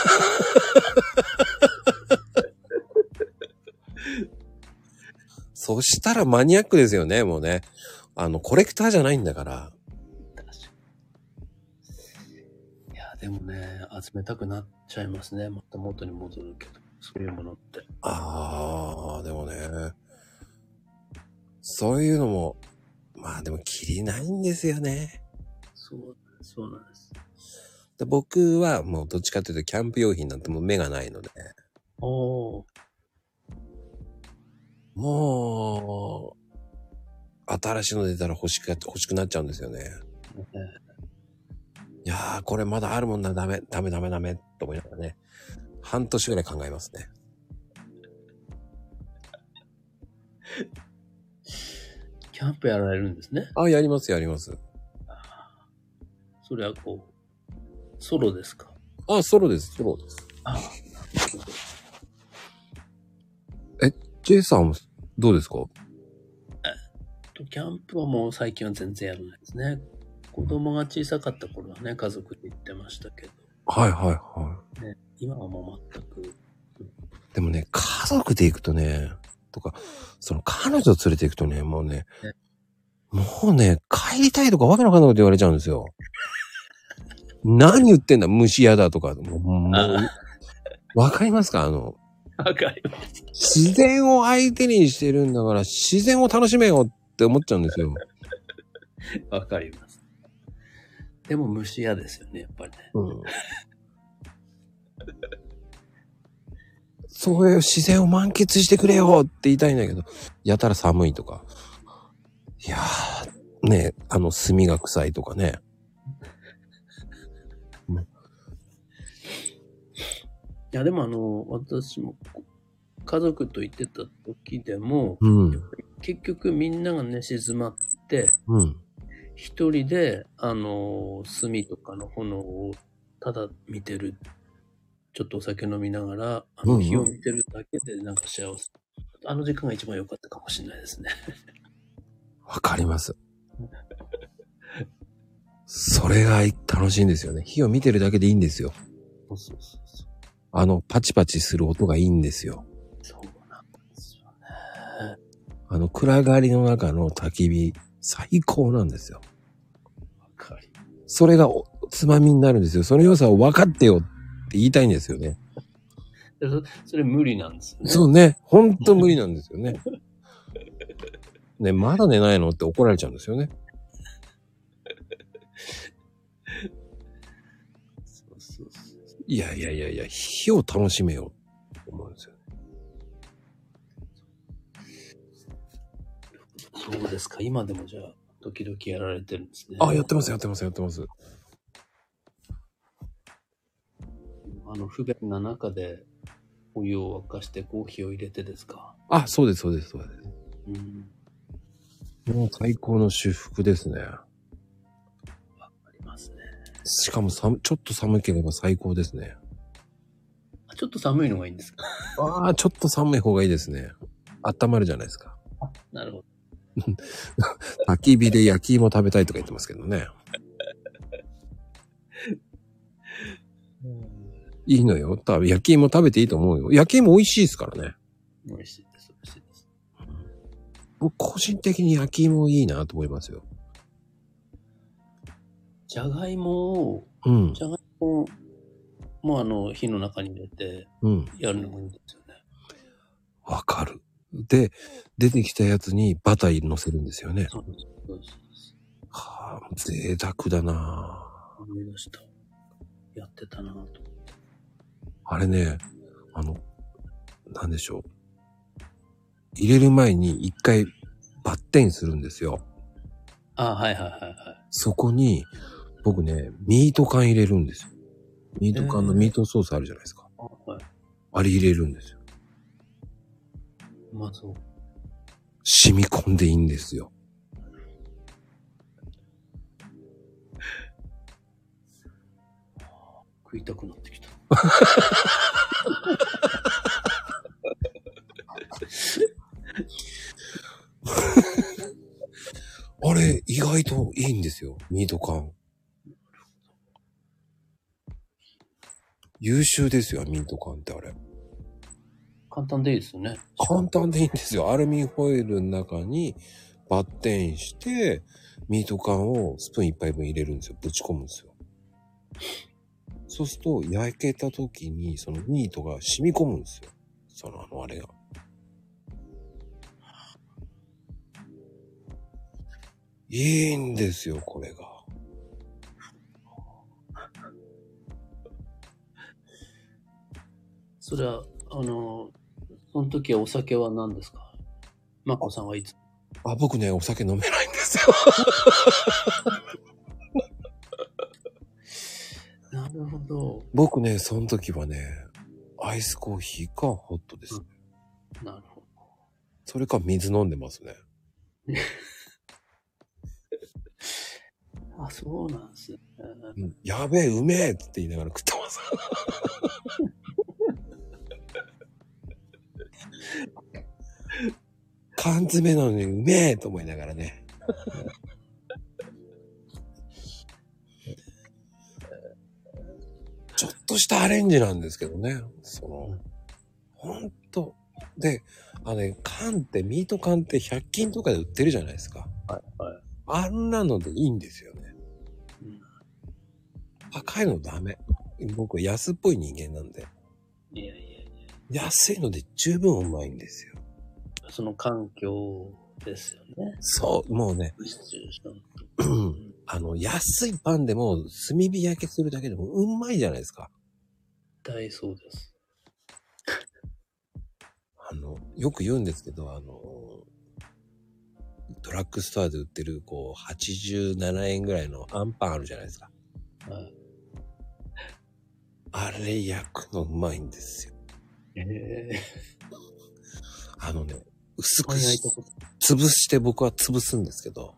そしたらマニアックですよね、もうね。コレクターじゃないんだから。 確かに。いや、でもね、集めたくなっちゃいますね。また元に戻るけど、そういうものって。 でもね。そういうのも、まあでもキリないんですよね。 そうなんです。 で僕はもうどっちかというとキャンプ用品なんてもう目がないので。もう、新しいの出たら欲しくなっちゃうんですよね。いやー、これまだあるもんな、ダメと思いながらね。半年ぐらい考えますね。 キャンプやられるんですね。 やります。 それはこう、ソロですか？ ソロです。J さん、どうですか？ キャンプはもう最近は全然やらないですね。子供が小さかった頃はね、家族で行ってましたけど。 はい。 今はもう全く。 でもね、家族で行くとね、とか、その彼女を連れて行くとね、もうね、帰りたいとかわけのわかんないこと言われちゃうんですよ。何言ってんだ、虫嫌だとか。わかりますか？ わかります。 自然を相手にしてるんだから、自然を楽しめよって思っちゃうんですよ。 わかります。でも虫嫌ですよね、やっぱりね。 そういう自然を満喫してくれよって言いたいんだけど、やたら寒いとか。いやー、ね、炭が臭いとかね。 いや、でも私も家族と行ってた時でも、結局みんなが寝静まって、一人で、炭とかの炎をただ見てる。ちょっとお酒飲みながら、火を見てるだけでなんか幸せ。あの時間が一番良かったかもしれないですね。 わかります。それが楽しいんですよね。火を見てるだけでいいんですよ。 そう。 パチパチする音がいいんですよ。 そうなんですよね。 暗がりの中の焚き火、最高なんですよ。 わかり。 それがつまみになるんですよ。その良さを分かってよって言いたいんですよね。 それ無理なんですよね。 そうね。ほんと無理なんですよね。ね、まだ寝ないのって怒られちゃうんですよね。そう。いや、火を楽しめよって思うんですよね。 そうですか。今でもじゃあ、時々やられてるんですね。 あ、やってます。 不便な中でお湯を沸かしてコーヒーを入れてですか？ あ、そうです。もう最高の至福ですね。 わかりますね。 しかもちょっと寒ければ最高ですね。 ちょっと寒いのがいいんですか？ ちょっと寒い方がいいですね。温まるじゃないですか。 なるほど。 焚き火で焼き芋食べたいとか言ってますけどね。いいのよ。焼き芋食べていいと思うよ。焼き芋美味しいですからね。 美味しいです。 僕個人的に焼き芋いいなと思いますよ。 じゃがいもを、も火の中に入れて、やるのもいいんですよね。 わかる。で、出てきたやつにバター乗せるんですよね。 そうです。 はぁ、贅沢だなぁ。 思い出した。やってたなぁと。 あれね、なんでしょう。入れる前に一回バッテンするんですよ。 はい。 そこに、僕ね、ミート缶入れるんですよ。ミート缶のミートソースあるじゃないですか。あれ入れるんですよ。 まず、 染み込んでいいんですよ。 食いたくなってきた。 あれ、意外といいんですよ。ミート缶。優秀ですよ、ミート缶ってあれ。 簡単でいいですよね。 簡単でいいんですよ。アルミホイルの中にバッテンして、ミート缶をスプーン一杯分入れるんですよ。ぶち込むんですよ。そうすると、焼けた時に、そのミートが染み込むんですよ。あれが。いいんですよ、これが。 それは、その時はお酒は何ですか？マコさんはいつ？ 僕ね、お酒飲めないんですよ。 なるほど。 僕ね、その時はね、アイスコーヒーかホットです。 なるほど。 それか水飲んでますね。 そうなんですね。 やべえ、うめえって言いながら食ってます。缶詰なのにうめえと思いながらね。ちょっとしたアレンジなんですけどね。ほんと。で、缶ってミート缶って100均とかで売ってるじゃないですか。 はいはい。 あんなのでいいんですよね。高いのダメ。僕安っぽい人間なんで。 いやいやいや。安いので十分うまいんですよ。 その環境ですよね。 そう、もうね。安いパンでも炭火焼けするだけでもうまいじゃないですか。 大そうです。 よく言うんですけど、ドラッグストアで売ってる、87円ぐらいのアンパンあるじゃないですか。 はい。 あれ焼くのうまいんですよ。薄く潰して僕は潰すんですけど、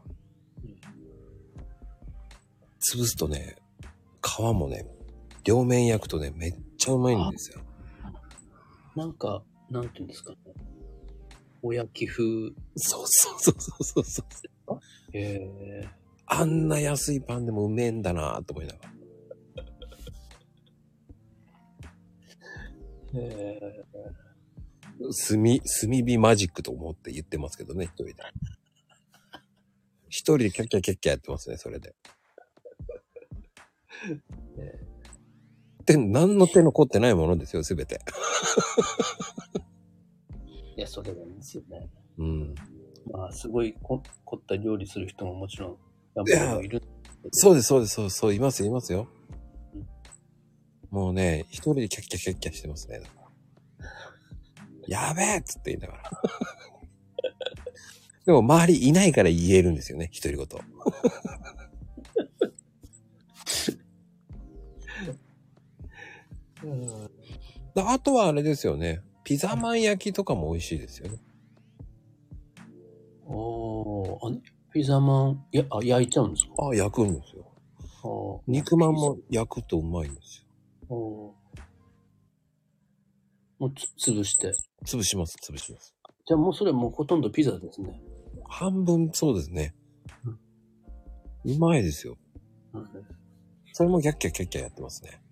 潰すとね、皮もね、両面焼くとね、めっちゃうまいんですよ。 なんか、なんていうんですかね。お焼き風。 そう。あんな安いパンでもうめえんだなぁと思いながら。炭火マジックと思って言ってますけどね、一人で。一人でキャッキャキャッキャやってますね、それで。で、何の手の凝ってないものですよ、すべて。 いや、それがいいんですよね。 うん。 まあ、すごい凝った料理する人ももちろん、いる。 そうです、そう、いますよ。もうね、一人でキャッキャキャッキャしてますね。やべえっつって言いながら。でも周りいないから言えるんですよね、独り言。あとはあれですよね。ピザマン焼きとかも美味しいですよね。 ピザマン、焼いちゃうんですか？ 焼くんですよ。肉まんも焼くとうまいんですよ。 もう潰して。 潰します。 じゃあもうそれもうほとんどピザですね。 半分そうですね。うまいですよ。それもギャッキャキャッキャやってますね。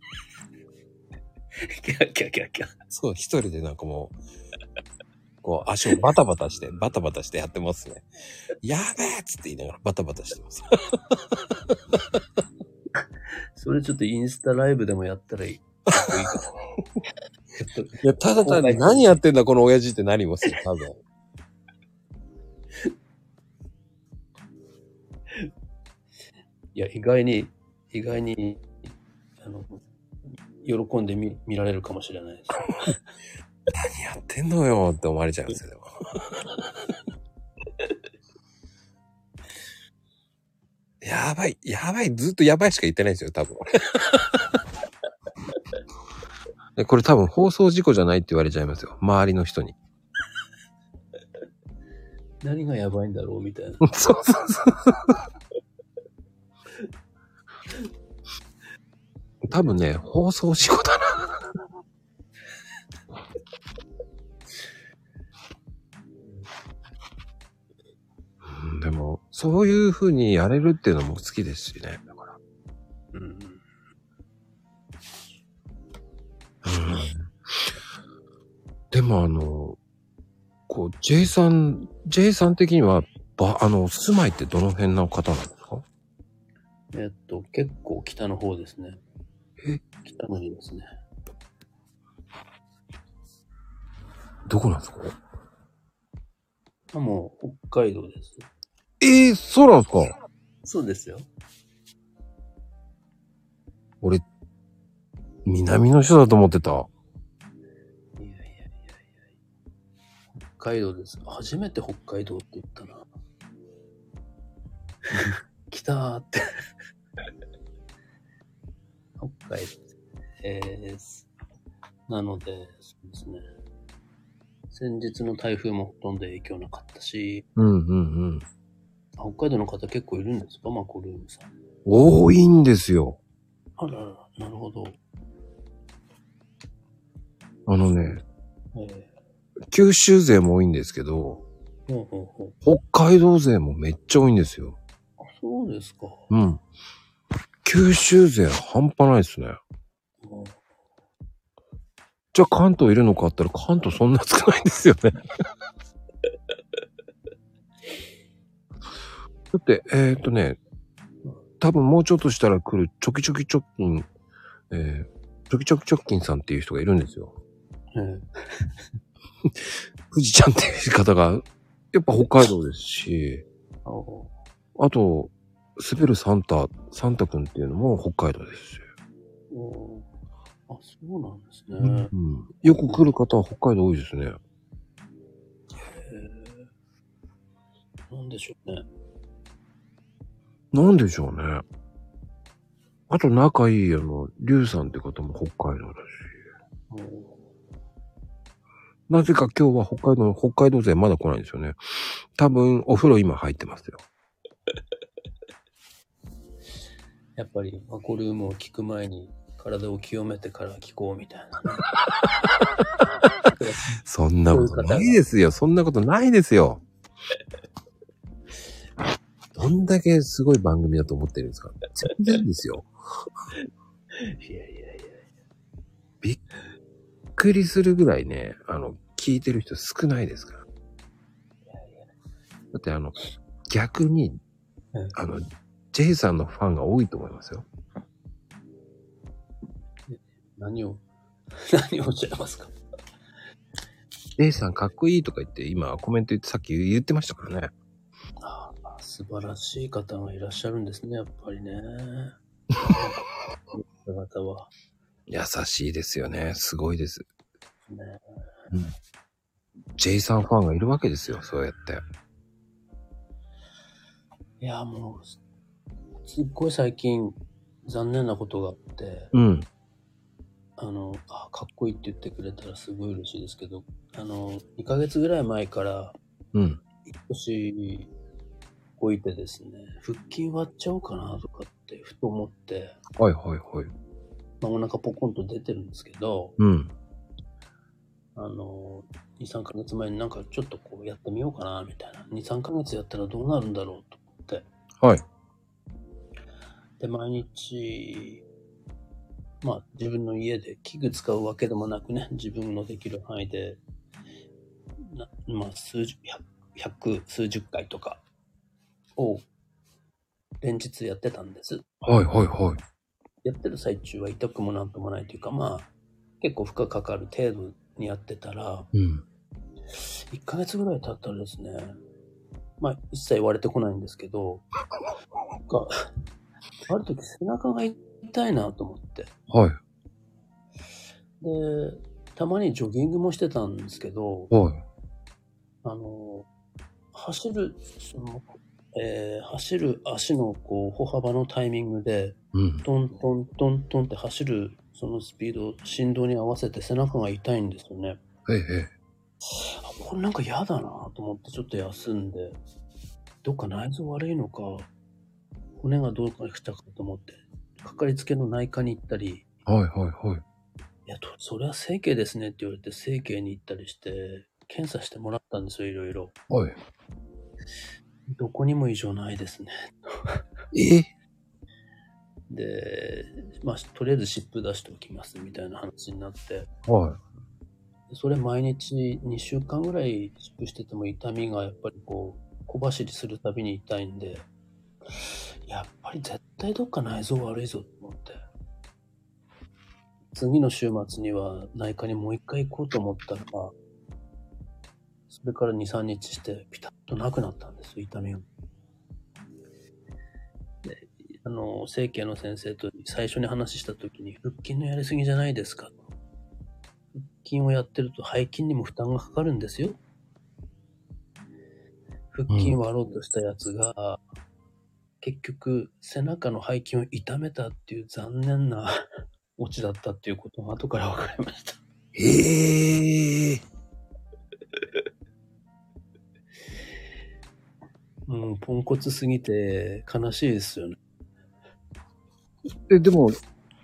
キャッキャ。 そう、一人でなんかもう、足をバタバタしてやってますね。やべえっつって言いながらバタバタしてます。 それちょっとインスタライブでもやったらいい。いや、ただ単に何やってんだこの親父ってなりますよ、多分。 いや、意外に、喜んで見られるかもしれないです。 何やってんのよって思われちゃうんですよ、でも。やばい、ずっとやばいしか言ってないんですよ、多分。これ多分放送事故じゃないって言われちゃいますよ、周りの人に。 何がやばいんだろうみたいな。 そう。多分ね、放送事故だな。でも、そういう風にやれるっていうのも好きですしね。だから。でもJ さん的には、住まいってどの辺の方なんですか？ 結構北の方ですね。北の方ですね。 どこなんですか？ もう、北海道です。 そうなんですか？ そうですよ。 俺、南の人だと思ってた。 いや。北海道です。初めて北海道って言ったな。来たーって。北海道です。なので、そうですね。先日の台風もほとんど影響なかったし。北海道の方結構いるんですか？マコルームさん。 多いんですよ。 あらら、なるほど。 九州勢も多いんですけど、北海道勢もめっちゃ多いんですよ。 そうですか。 九州勢半端ないですね。 じゃあ関東いるのかあったら関東そんな少ないんですよね。だって、多分もうちょっとしたら来るチョキチョキ直近、チョキチョキ直近さんっていう人がいるんですよ。富士ちゃんっていう方が、やっぱ北海道ですし、あと、滑るサンタくんっていうのも北海道ですし。 あ、そうなんですね。 うん、よく来る方は北海道多いですね。 なんでしょうね。 なんでしょうね。あと仲いいリュウさんって方も北海道だし。なぜか今日は北海道勢まだ来ないんですよね。多分お風呂今入ってますよ。 やっぱりマコルームを聞く前に体を清めてから聞こうみたいな、ね。 そんなことないですよ。そんなことないですよ。どんだけすごい番組だと思ってるんですか？全然ですよ。 いやいやいや。 びっくりするぐらいね、聞いてる人少ないですから。だって逆に、J さんのファンが多いと思いますよ。 何をおっしゃいますか？ J さんかっこいいとか言って今コメントさっき言ってましたからね。 素晴らしい方がいらっしゃるんですね、やっぱりね。方は。 優しいですよね。すごいです。 ね、 うん。J さんファンがいるわけですよ、そうやって。 いや、もう、すっごい最近残念なことがあって、かっこいいって言ってくれたらすごい嬉しいですけど、2ヶ月ぐらい前から、少し動いてですね、腹筋割っちゃおうかなとかってふと思って、 はいはいはい。 お腹ポコンと出てるんですけど、2、3ヶ月前になんかちょっとこうやってみようかなみたいな。2、3ヶ月やったらどうなるんだろうと思って。 はい。 で、毎日、自分の家で器具使うわけでもなくね、自分のできる範囲で、数十回とかを連日やってたんです。 はいはいはい。 やってる最中は痛くもなんともないというか、結構負荷かかる程度にやってたら、1ヶ月ぐらい経ったらですね、一切割れてこないんですけど、ある時背中が痛いなと思って。 はい。 で、たまにジョギングもしてたんですけど、 はい。 走る足のこう歩幅のタイミングで、トントントントンって走るそのスピード、振動に合わせて背中が痛いんですよね。これなんか嫌だなと思ってちょっと休んで、どっか内臓悪いのか、骨がどうかしたかと思って、かかりつけの内科に行ったり、いや、それは整形ですねって言われて整形に行ったりして、検査してもらったんですよ、いろいろ。どこにも異常ないですね。で、とりあえず湿布出しておきますみたいな話になって、それ毎日2週間ぐらい湿布してても痛みがやっぱりこう小走りするたびに痛いんで、やっぱり絶対どっか内臓悪いぞと思って、次の週末には内科にもう一回行こうと思ったら、それから2、3日してピタッとなくなったんですよ、痛みが。で、整形の先生と最初に話した時に、腹筋のやりすぎじゃないですか。腹筋をやってると背筋にも負担がかかるんですよ。腹筋割ろうとしたやつが、結局背中の背筋を痛めたっていう残念なオチだったっていうことが後から分かりました。ポンコツすぎて悲しいですよね。 でも、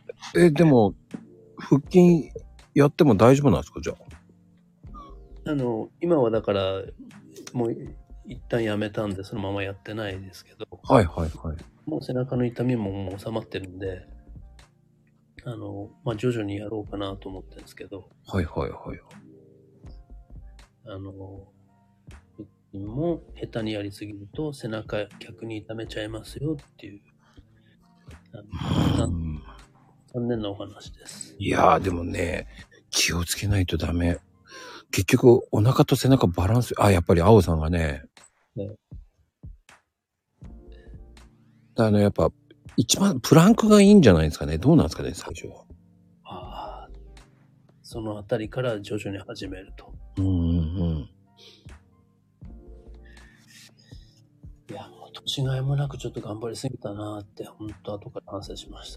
腹筋やっても大丈夫なんですか、じゃあ。 今はだから、もう一旦やめたんで、そのままやってないですけど。 はいはいはい。 もう背中の痛みももう収まってるんで、 徐々にやろうかなと思ってるんですけど、 はいはいはい。 腹筋も下手にやりすぎると背中逆に痛めちゃいますよっていう、残念なお話です。 いやーでもね、気をつけないとダメ。結局、お腹と背中バランス、やっぱり青さんがね、 ね、 やっぱ、一番プランクがいいんじゃないですかね。どうなんですかね、最初は。 そのあたりから徐々に始めると。いや、もう年がいもなくちょっと頑張りすぎたなーって、本当後から反省しました。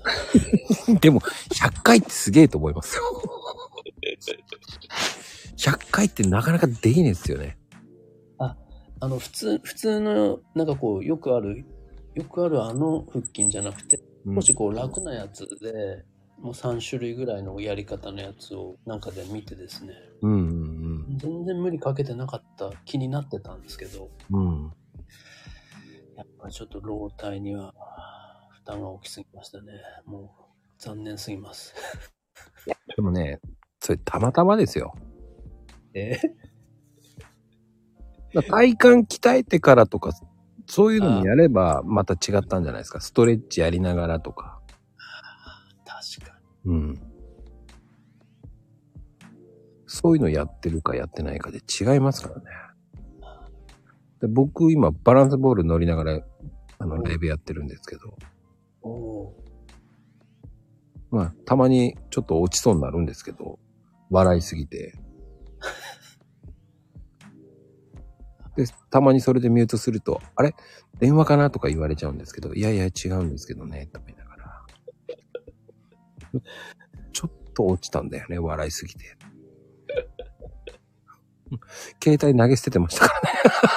でも、100回ってすげえと思いますよ。100回ってなかなかできないですよね。 普通の、なんかこう、よくある腹筋じゃなくて、少しこう楽なやつで、もう3種類ぐらいのやり方のやつをなんかで見てですね、全然無理かけてなかった気になってたんですけど、やっぱりちょっと老体には負担が大きすぎましたね。もう残念すぎます。 でもね、それたまたまですよ。体幹鍛えてからとか、そういうのもやればまた違ったんじゃないですか。ストレッチやりながらとか。 確かに。 そういうのやってるかやってないかで違いますからね。で僕今バランスボール乗りながらライブやってるんですけど。まあたまにちょっと落ちそうになるんですけど、笑いすぎて。で、たまにそれでミュートすると、あれ電話かなとか言われちゃうんですけど、いやいや違うんですけどね、と思いながら。ちょっと落ちたんだよね、笑いすぎて。携帯投げ捨ててましたからね。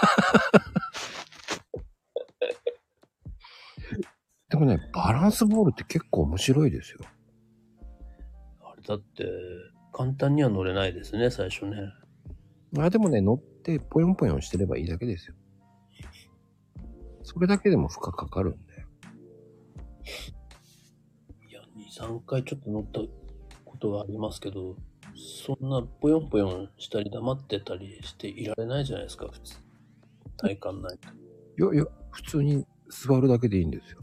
でもね、バランスボールって結構面白いですよ。 あれだって、簡単には乗れないですね、最初ね。 でもね、乗ってポヨンポヨンしてればいいだけですよ。それだけでも負荷かかるんで。 いや、2、3回ちょっと乗ったことがありますけど、そんなポヨンポヨンしたり黙ってたりしていられないじゃないですか、普通。体感ないと。 いや、普通に座るだけでいいんですよ。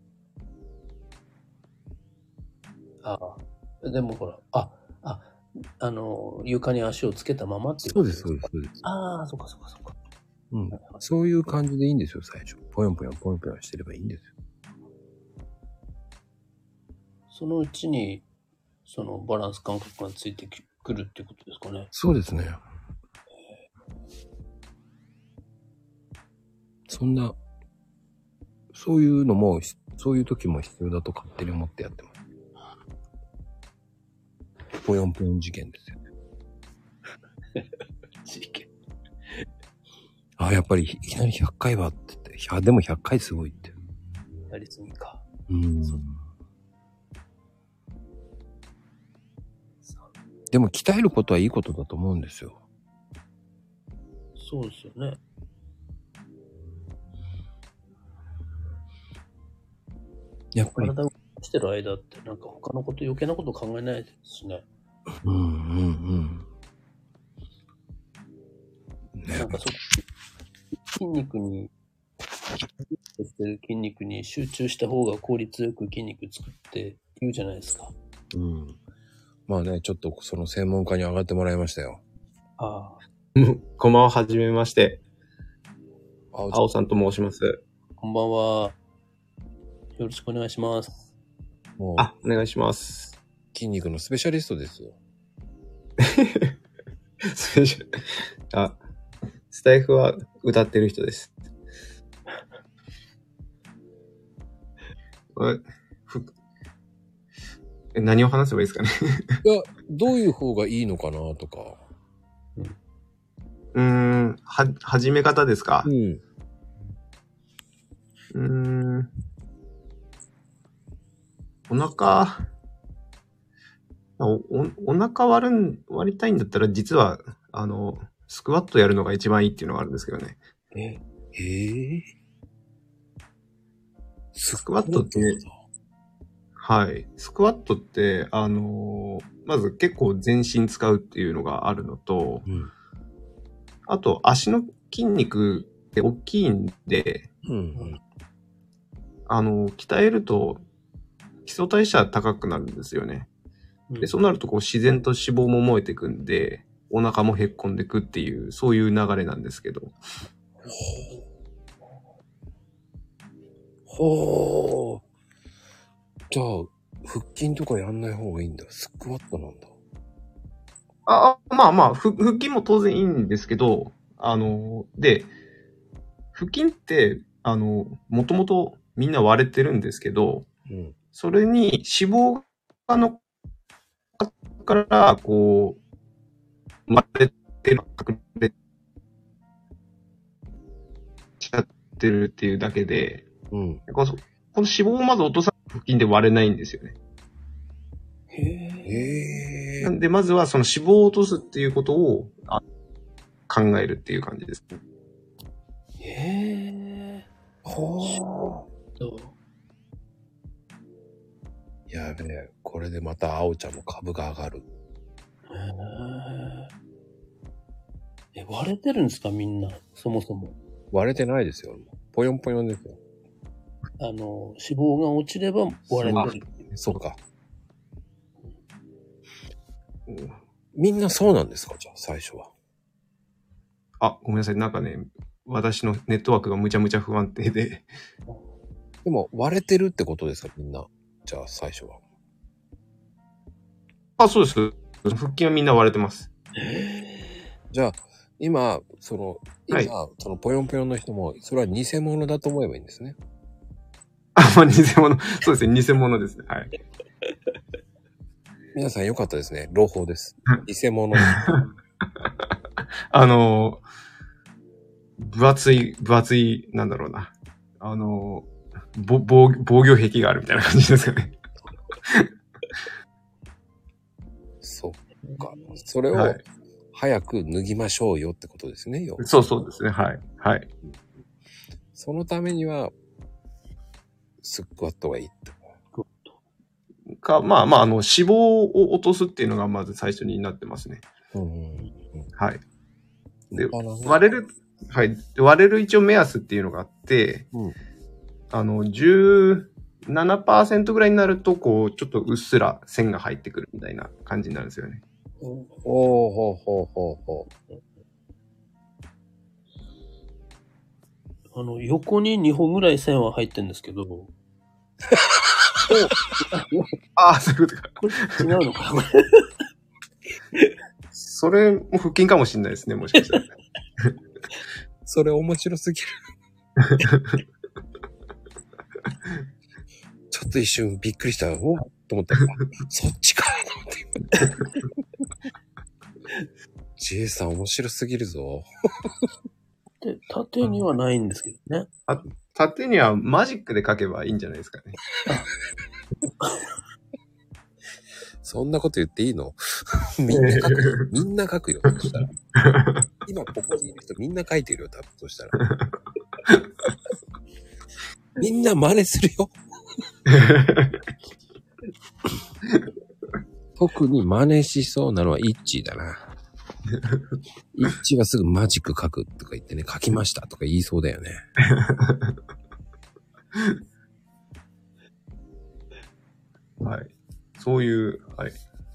でもほら、床に足をつけたままっていうそうです、そうです、そうです。 そっかそっかそっか。 そういう感じでいいんですよ、最初。ポヨンポヨン、ポヨンポヨンしてればいいんですよ。 そのうちに、そのバランス感覚がついてくるっていうことですかね。 そうですね。そういうのも、そういう時も必要だと勝手に思ってやってます。ポヨンポヨン事件ですよね。 事件。 やっぱりいきなり100回はって言って、でも100回すごいって。 やりすぎか。 でも鍛えることはいいことだと思うんですよ。 そうですよね。やっぱり。体をしてる間ってなんか他のこと余計なこと考えないですしね。なんか筋肉に集中した方が効率よく筋肉作って言うじゃないですか。 まあね、ちょっとその専門家に上がってもらいましたよ。 こんばんは、はじめまして。青さんと申します。 こんばんは。よろしくお願いします。 お願いします。 筋肉のスペシャリストですよ。 スタイフは歌ってる人です。何を話せばいいですかね。 いや、どういう方がいいのかなとか。 始め方ですか。お腹割りたいんだったら、実は、スクワットやるのが一番いいっていうのがあるんですけどね。スクワットって、 はい。スクワットって、まず結構全身使うっていうのがあるのと、 うん。 あと足の筋肉って大きいんで、 うん鍛えると基礎代謝高くなるんですよね。で、そうなるとこう自然と脂肪も燃えてくんで、お腹もへっこんでくっていう、そういう流れなんですけど。 ほー。じゃあ、腹筋とかやんない方がいいんだ。スクワットなんだ。 まあまあ、腹筋も当然いいんですけど、で、腹筋って、もともとみんな割れてるんですけど、 うん。 それに脂肪がのから、こう、割れてる、隠れちゃってるっていうだけで、 うん。 この脂肪をまず落とさない腹筋で割れないんですよね。 へー。 なんで、まずはその脂肪を落とすっていうことを考えるっていう感じですね。 へえ。 ほそう。 ー。やべえ。これでまた青ちゃんの株が上がる。 へえ。割れてるんですかみんな、そもそも。 割れてないですよ。ぽよんぽよんですよ。 脂肪が落ちれば割れてる。 そうか。 うんみんなそうなんですかじゃあ、最初は。 ごめんなさい。なんかね、私のネットワークがむちゃむちゃ不安定で。 でも、割れてるってことですかみんな。じゃあ、最初は。 そうです。腹筋はみんな割れてます。 じゃあ、今、 はいそのぽよんぽよんの人も、それは偽物だと思えばいいんですね。 まあ、偽物。そうですね。偽物ですね。はい。 皆さんよかったですね。朗報です。偽物。 分厚い、なんだろうな。防御壁があるみたいな感じですかね。 そっか。それをはい。 早く脱ぎましょうよってことですね。よ。 そうですね。はい。はい。 そのためには、スクワットがいいって。 まあ、脂肪を落とすっていうのがまず最初になってますね。はい。で、割れる一応目安っていうのがあって、17% ぐらいになると、こう、ちょっとうっすら線が入ってくるみたいな感じになるんですよね。 ほう。 横に2本ぐらい線は入ってるんですけど。 そういうことか。 これ違うのかなそれも腹筋かもしれないですね、もしかしたら。 それ面白すぎる。ちょっと一瞬びっくりした。おっと思ったら、そっちかと思って。J さん面白すぎるぞ。 で、縦にはないんですけどね。 縦にはマジックで書けばいいんじゃないですかね。 そんなこと言っていいのみんな書くよ。そしたら今ここにいる人みんな書いてるよ、多分。そしたら。みんな真似するよ。特に真似しそうなのはイッチーだな。イッチーはすぐマジック書くとか言ってね、書きましたとか言いそうだよね。 はい。そういう、はい。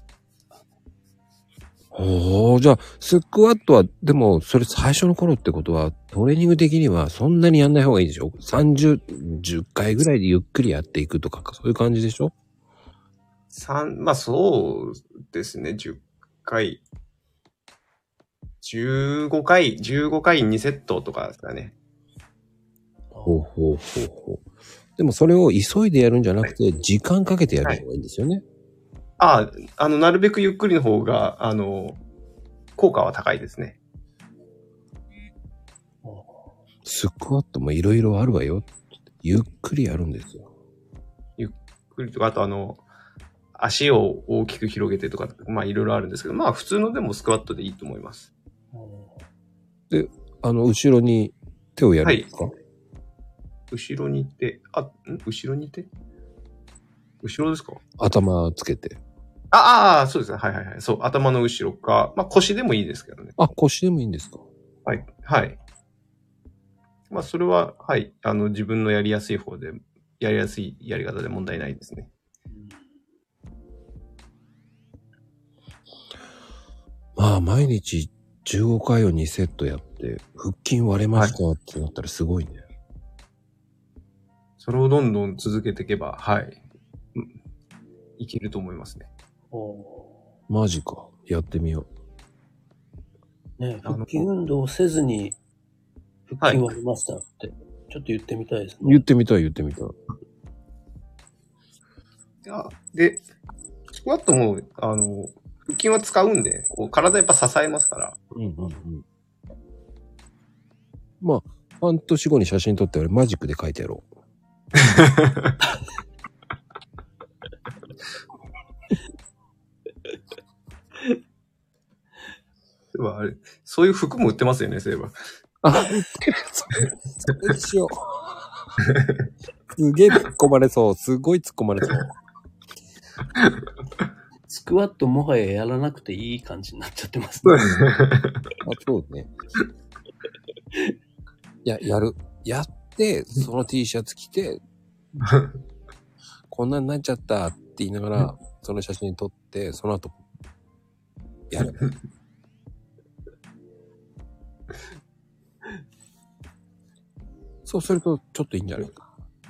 じゃあ、スクワットは、でも、それ最初の頃ってことは、トレーニング的にはそんなにやんない方がいいでしょ ?10 回ぐらいでゆっくりやっていくとか、そういう感じでしょまあそうですね、10回。15回2セットとかですかね。 ほう。でもそれを急いでやるんじゃなくて、時間かけてやる方がいいんですよね。 なるべくゆっくりの方が、効果は高いですね。 スクワットもいろいろあるわよ。ゆっくりやるんですよ。 ゆっくりとか、あと足を大きく広げてとか、まあいろいろあるんですけど、まあ普通のでもスクワットでいいと思います。 で、後ろに手をやるんですか？ 後ろに手後ろですか？ 頭つけて。 ああ、そうですね。はいはいはい。そう、頭の後ろか、まあ腰でもいいですけどね。 あ、腰でもいいんですか？ はい。はい。まあそれは、はい。自分のやりやすい方で、やりやすいやり方で問題ないですね。 まあ、毎日15回を2セットやって、腹筋割れましたってなったらすごいね。 それをどんどん続けていけば、はい。いけると思いますね。 マジか。やってみよう。ね、腹筋運動をせずに腹筋割りましたって、ちょっと言ってみたいですね。 言ってみたい。 で、スクワットも、腹筋は使うんで、こう体やっぱ支えますから。 まあ、半年後に写真撮って俺マジックで書いてやろう。 あれ、そういう服も売ってますよね、そういえば。 あ、売ってる。それしよう。すげえ突っ込まれそう。すごい突っ込まれそう。 スクワットもはややらなくていい感じになっちゃってますね。 そうね。いや、やって、その T シャツ着て、こんなになっちゃったって言いながら、その写真撮って、その後、やる。そうすると、ちょっといいんじゃないか。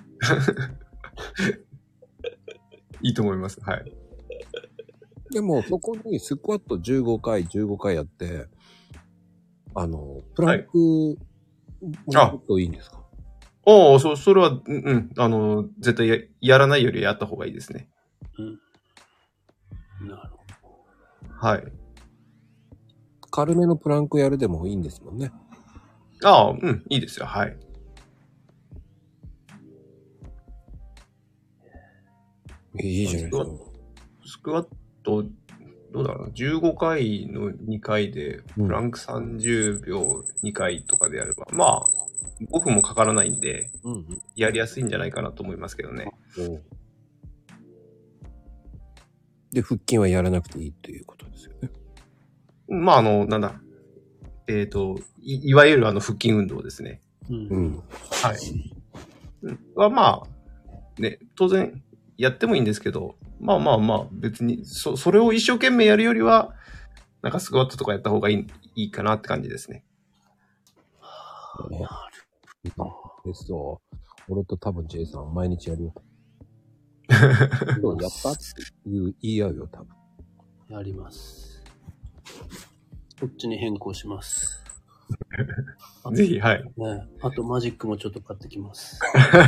いいと思います。はい。 でも、そこにスクワット15回やって、プランク、もうちょっといいんですか？ おお、それは、絶対やらないよりやった方がいいですね。 なるほど。はい。 軽めのプランクやるでもいいんですもんね。 いいですよ。はい。 いいじゃないですか。 スクワット、どうだろうな。15回の2回で、プランク30秒2回とかでやれば、まあ、5分もかからないんで、やりやすいんじゃないかなと思いますけどね。 で、腹筋はやらなくていいということですよね。 まあ、なんだ。いわゆる腹筋運動ですね。はい。まあ、ね、当然、やってもいいんですけど、まあ、別に、それを一生懸命やるよりは、なんかスクワットとかやった方がいいかなって感じですね。 なるほど。 そう。俺と多分 J さん毎日やるよ。やったって言い合うよ、多分。 やります。こっちに変更します。 ぜひ、はい。 ね、あとマジックもちょっと買ってきます。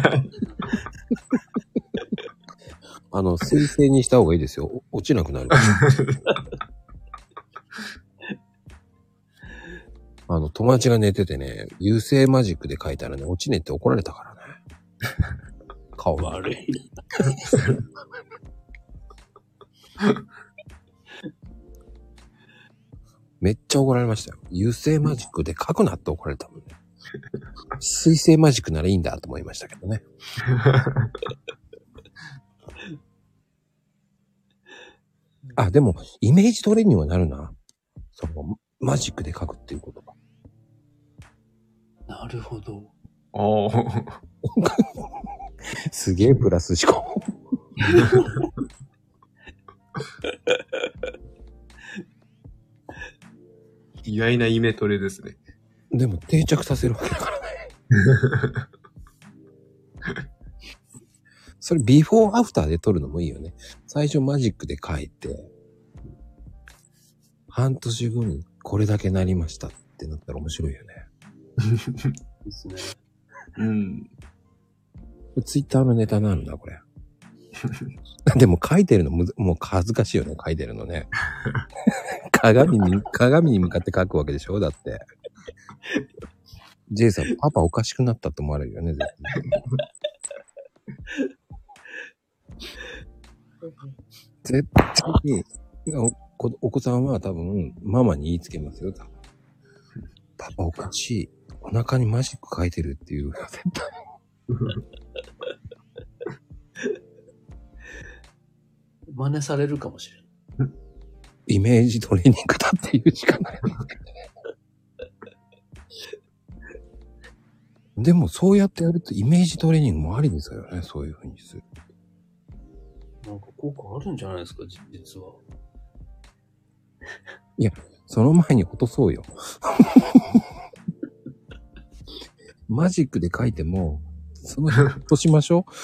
水性にした方がいいですよ。落ちなくなる。友達が寝ててね、油性マジックで書いたらね、落ちねって怒られたからね。顔悪い。 めっちゃ怒られましたよ。油性マジックで書くなって怒られたもんね。水性マジックならいいんだと思いましたけどね。あ、でも、イメージトレーにはなるな。その、マジックで書くっていうことが。 なるほど。 すげえプラス思考。 意外なイメトレですね。 でも定着させるわけだからね。それビフォーアフターで撮るのもいいよね。最初マジックで書いて、半年後にこれだけなりましたってなったら面白いよね。 ですね。 ツイッターのネタなんだ、これ。でも書いてるのもう恥ずかしいよね、書いてるのね。鏡に向かって書くわけでしょ？だって。J さん、パパおかしくなったと思われるよね、絶対にお子さんは多分ママに言いつけますよ。多分パパおかしい。お腹にマジック書いてるっていう。絶対真似されるかもしれない。 イメージトレーニングだっていうしかない。でもそうやってやるとイメージトレーニングもありですよね。そういう風にする。 なんか効果あるんじゃないですか、実は。 いや、その前に落とそうよ。マジックで書いても、その落としましょう。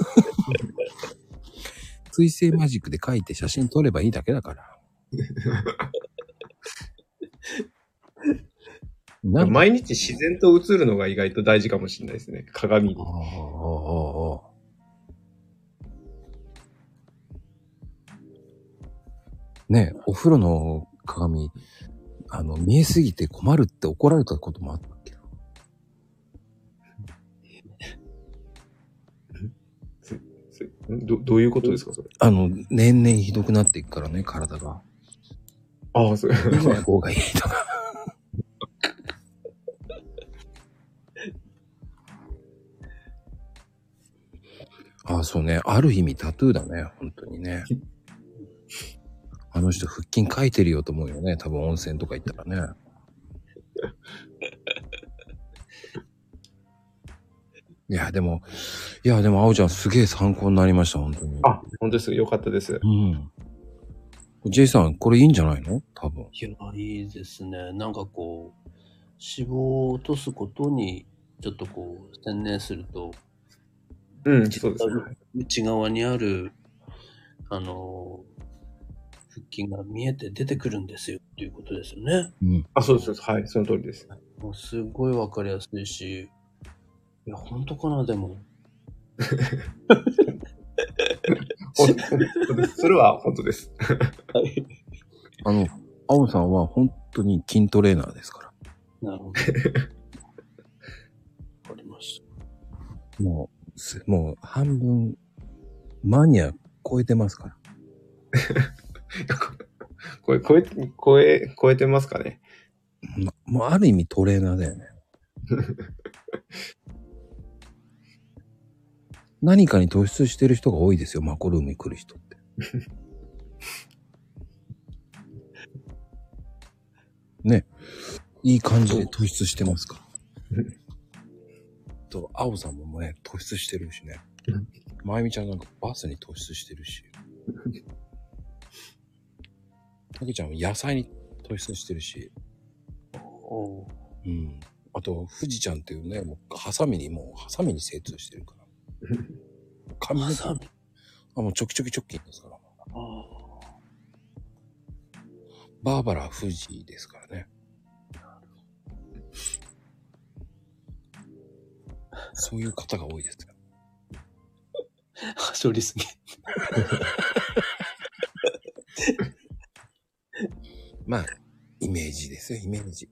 水星マジックで書いて写真撮ればいいだけだから。 毎日自然と映るのが意外と大事かもしれないですね。鏡に。 ねえ、お風呂の鏡、見えすぎて困るって怒られたこともあったっけどういうことですか、それ。 年々ひどくなっていくからね、体が。 ああ、そう。 見ない方がいいとか。ああ、そうね。ある意味タトゥーだね、本当にね。あの人腹筋書いてるよと思うよね。多分温泉とか行ったらね。いや、でも、青ちゃんすげえ参考になりました、本当に。 あ、本当です。よかったです。 うん。J さん、これいいんじゃないの？多分。 いや、いいですね。なんかこう、脂肪を落とすことに、ちょっとこう、専念すると、 うん、そうですね。 内側にある、腹筋が見えて出てくるんですよっていうことですよね。 うん。 あ、そうです。はい、その通りです。 もうすごいわかりやすいし、いや、本当かな、でも。 それは本当です。 はい。 青さんは本当に筋トレーナーですから。 なるほど。わかりました。 もう半分、マニア超えてますから。 超えてますかね。 もうある意味トレーナーだよね。何かに突出してる人が多いですよ、マコルームに来る人って。ね。いい感じで突出してますから。と、青さんもね、突出してるしね。まゆみちゃんなんかバスに突出してるし。たけちゃんは野菜に突出してるし。うん。あと、富士ちゃんっていうね、もうハサミに精通してるから。髪の毛。もうチョキチョキチョッキンですから。バーバラ富士ですからね。そういう方が多いですよ。 はしょりすぎ。 まあ、イメージですよ、イメージ。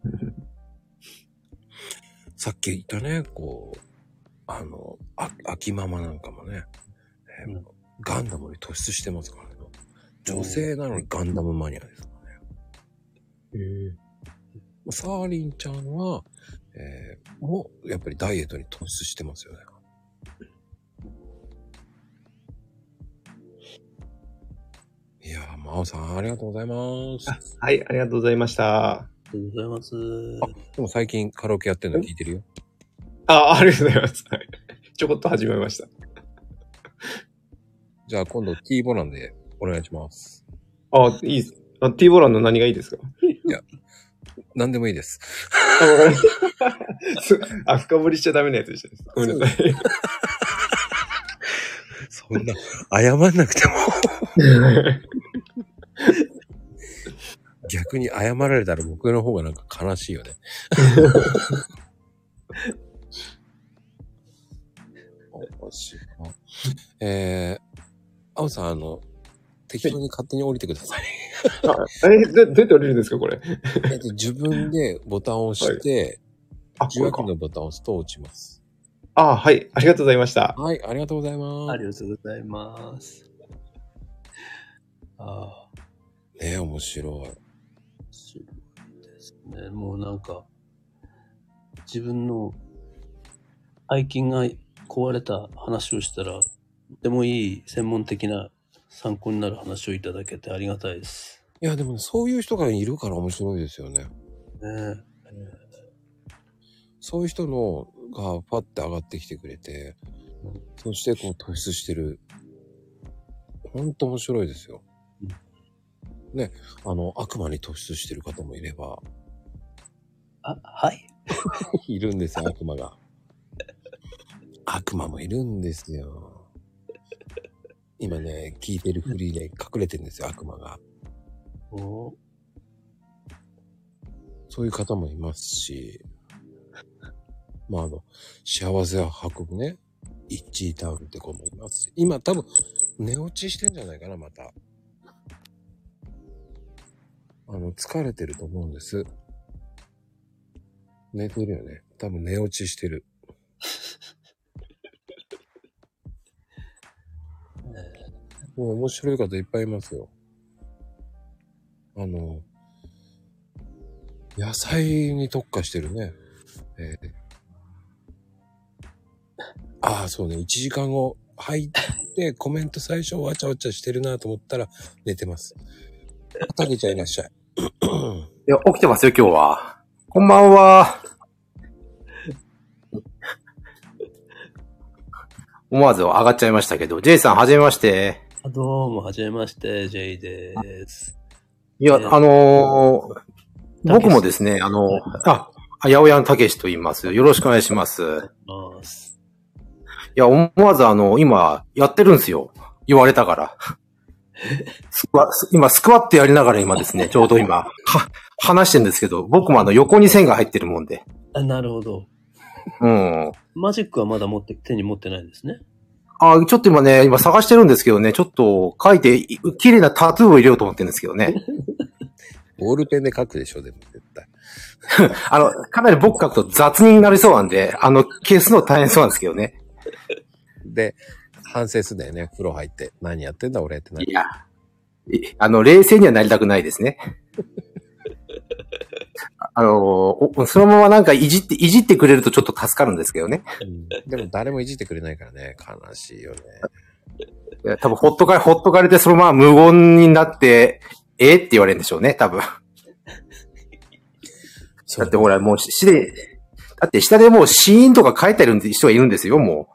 さっき言ったね、こう、秋ママなんかもね、ガンダムに突出してますからね。女性なのにガンダムマニアですからね。サーリンちゃんは、もうやっぱりダイエットに突出してますよね。いやー、真央さんありがとうございます。 はい、ありがとうございました。 ありがとうございます。 でも最近カラオケやってるの聞いてるよ。 ありがとうございます。ちょこっと始めました。 じゃあ今度 T ボランでお願いします。 いいです。T ボランの何がいいですか？ いや、何でもいいです。 わかりました。深掘りしちゃダメなやつでした。ごめんなさい。 そんな、謝んなくても。逆に謝られたら僕の方がなんか悲しいよね。面白い。青さん、適当に勝手に降りてください。 どうやって降りるんですか、これ。 自分でボタンを押して、受話器のボタンを押すと落ちます。 はい。ありがとうございました。 はい、ありがとうございます。 ありがとうございます。 ねえ、面白い。 面白いですね。もうなんか、自分の背筋が壊れた話をしたら、とてもいい専門的な参考になる話をいただけてありがたいです。 いや、でもね、そういう人がいるから面白いですよね。そういう人のがパッて上がってきてくれて、そしてこう突出してる。ほんと面白いですよ。ね、悪魔に突出してる方もいれば。 はいいるんですよ、悪魔が。悪魔もいるんですよ。今ね、聞いてるフリーで隠れてるんですよ、悪魔が。そういう方もいますし、まあ幸せを運ぶね、イッチータウンって子もいますし、今多分寝落ちしてんじゃないかな、また。疲れてると思うんです。寝てるよね。多分寝落ちしてる。もう面白い方いっぱいいますよ。野菜に特化してるね。そうね。1時間後入ってコメント最初わちゃわちゃしてるなと思ったら寝てます。たけちゃんいらっしゃい。 いや、起きてますよ、今日は。こんばんは。思わず上がっちゃいましたけど、J さん、はじめまして。 どうも、はじめまして、J です。 いや、僕もですね、八百屋のたけしと言います。よろしくお願いします。いや、思わず今、やってるんですよ。言われたから。今、スクワットやりながら今ですね、ちょうど今、話してるんですけど、僕も横に線が入ってるもんで。 なるほど。 うん。 マジックはまだ手に持ってないんですね。 ちょっと今探してるんですけどね、ちょっと書いて、綺麗なタトゥーを入れようと思ってるんですけどね。 ボールペンで書くでしょ、でも絶対。 かなり僕書くと雑になりそうなんで、消すの大変そうなんですけどね。 で、反省すんだよね、風呂入って。何やってんだ俺ってなる。 いや、冷静にはなりたくないですね。そのままなんかいじってくれるとちょっと助かるんですけどね。 でも誰もいじってくれないからね、悲しいよね。多分ほっとかれてそのまま無言になって、って言われるんでしょうね、多分。だってほら、もうだって下でもうシーンとか書いてる人がいるんですよ、も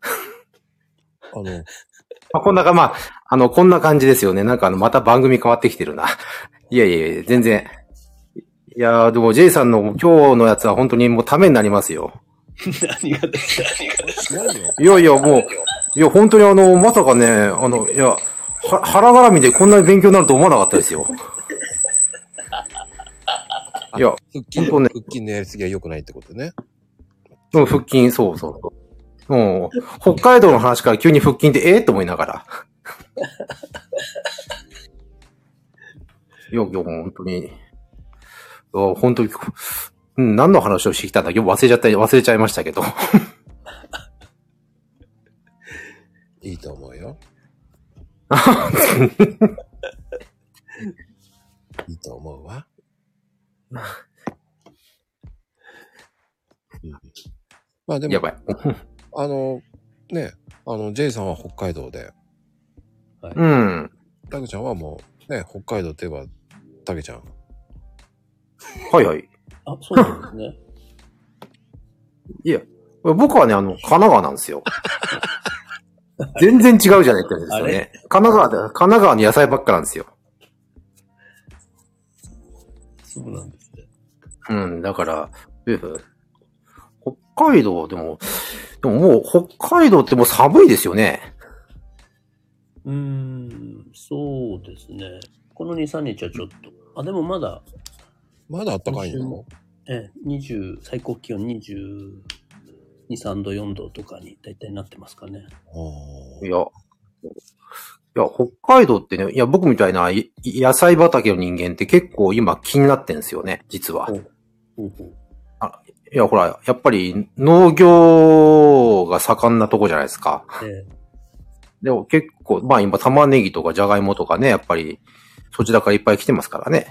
う。こんな感じですよね。なんかまた番組変わってきてるな。いや、全然。いやでも J さんの今日のやつは本当にもうためになりますよ。 何がですか？ いや、もう、いや、本当にまさかね、腹絡みでこんなに勉強になると思わなかったですよ。いや、 腹筋のやりすぎは良くないってことね。 腹筋、そう。もう、北海道の話から急に腹筋ってと思いながら。いや、本当に。本当に、何の話をしてきたんだっけ忘れちゃいましたけど。 いいと思うよ。いいと思うわ。まあでも、 やばい。 J さんは北海道で。 はい。 たけちゃんはもう、ね、北海道といえば、たけちゃん。 はいはい。 そうなんですね。 いや、僕はね、神奈川なんですよ。全然違うじゃないって言うんですよね。神奈川に野菜ばっかなんですよ。 そうなんですね。 だから、北海道でももう北海道ってもう寒いですよね。 そうですね。この2、3日はちょっと。でもまだ暖かいの？ 最高気温22、3度、4度とかに大体なってますかね。 いや、北海道ってね、僕みたいな野菜畑の人間って結構今気になってんですよね、実は。いや、ほら、やっぱり農業が盛んなとこじゃないですか。でも結構、今玉ねぎとかじゃがいもとかね、やっぱりそちらからいっぱい来てますからね。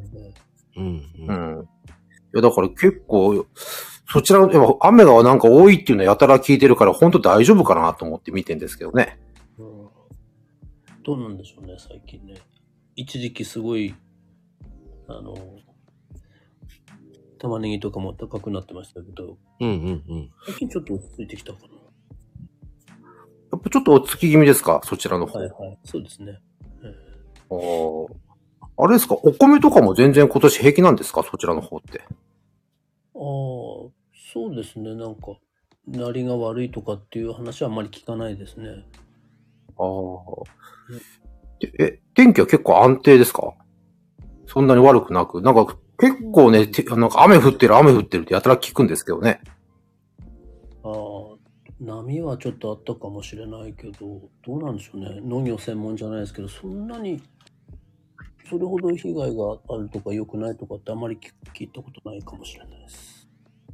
いや、だから結構、そちら、雨がなんか多いっていうのやたら聞いてるから、本当大丈夫かなと思って見てんですけどね。 どうなんでしょうね、最近ね。一時期すごい、玉ねぎとかも高くなってましたけど、最近ちょっと落ち着いてきたかな。 やっぱちょっと落ち着き気味ですか、そちらの方。 はいはい、そうですね。 あれですか、お米とかも全然今年平気なんですか、そちらの方って。 そうですね、なんか、なりが悪いとかっていう話はあんまり聞かないですね。 天気は結構安定ですか？そんなに悪くなく。なんか結構ね、なんか雨降ってるってやたら聞くんですけどね。 波はちょっとあったかもしれないけど、どうなんでしょうね。農業専門じゃないですけど、そんなに、それほど被害があるとか良くないとかってあまり聞いたことないかもしれないです。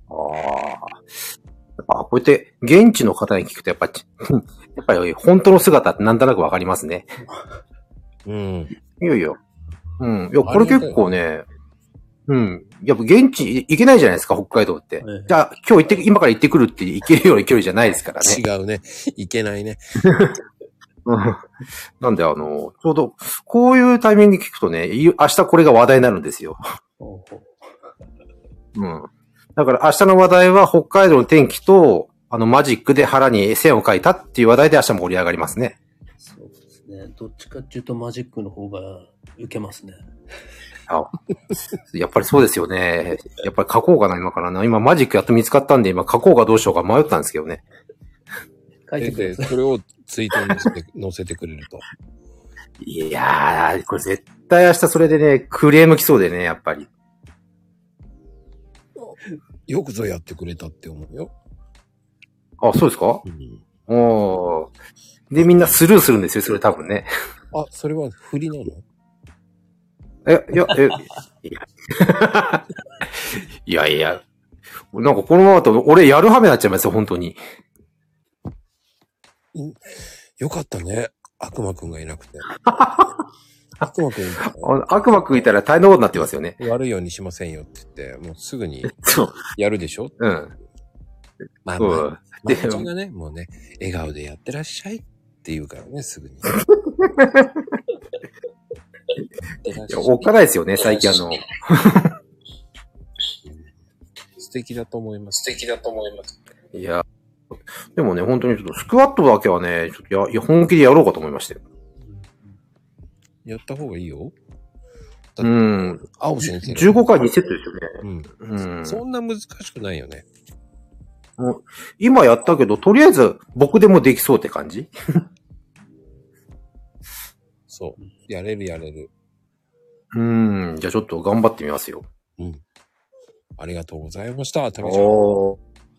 こうやって現地の方に聞くとやっぱり本当の姿ってなんとなくわかりますね。いや。いや、これ結構ね、やっぱ現地行けないじゃないですか、北海道って。じゃあ、今から行ってくるって行けるような距離じゃないですからね。 違うね。行けないね。 なんでちょうど、こういうタイミングで聞くとね、明日これが話題になるんですよ。だから明日の話題は北海道の天気と、マジックで腹に線を描いたっていう話題で明日盛り上がりますね。 そうですね。どっちかっていうとマジックの方が受けますね。 やっぱりそうですよね。やっぱり書こうかな、今からな。今マジックやっと見つかったんで、今書こうかどうしようか迷ったんですけどね。 書いてください。 それをツイートに載せてくれると。 いやー、これ絶対明日それでね、クレーム来そうでね、やっぱり。 よくぞやってくれたって思うよ。 そうですか？で、みんなスルーするんですよ、それ多分ね。 それは振りなの？ いや。なんかこのままだと俺やるはめになっちゃいますよ、本当に。 よかったね。悪魔くんがいなくて。 悪魔くんいたら大変なことになってますよね。 悪いようにしませんよって言って、もうすぐにやるでしょ？まあ、でちゃんがね、もうね、笑顔でやってらっしゃいって言うからね、すぐに。 おっかないですよね、最近素敵だと思います。 いや、でもね、本当にちょっとスクワットだけはね、ちょっと本気でやろうかと思いましたよ。 やった方がいいよ。 青先生。15回2セットですよね。そんな難しくないよね。 今やったけど、とりあえず僕でもできそうって感じ？ そう。やれる。じゃあちょっと頑張ってみますよ。 ありがとうございました。食べちゃう。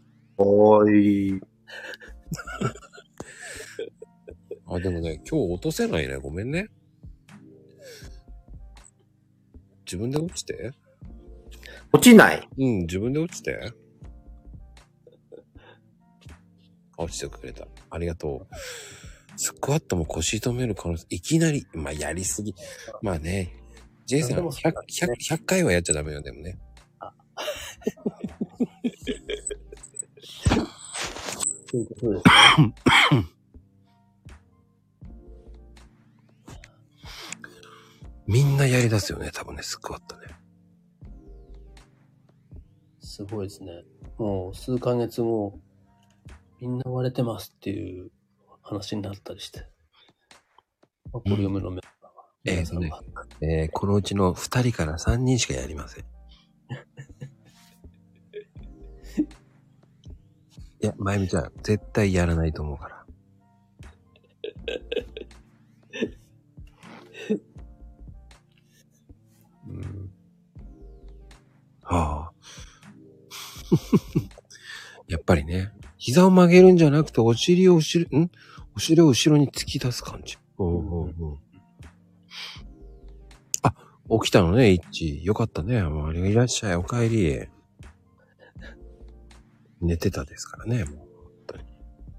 でもね、今日落とせないね。ごめんね。自分で落ちて？ 落ちない？ 自分で落ちて。落ちてくれた。ありがとう。スクワットも腰止める可能性、いきなり、やりすぎ。まあね、J さん100回はやっちゃダメよ、でもね。 そういうことですね。 みんなやり出すよね、多分ね、スクワットね。 すごいですね。もう数ヶ月後、みんな割れてますっていう話になったりして。ボリュームのメンバーは。 このうちの2人から3人しかやりません。いや、まゆみちゃん、絶対やらないと思うから。やっぱりね、膝を曲げるんじゃなくて、お尻を後ろに突き出す感じ。起きたのね、イッチ。よかったね。いらっしゃい、お帰り。寝てたですからね、もう。本当に。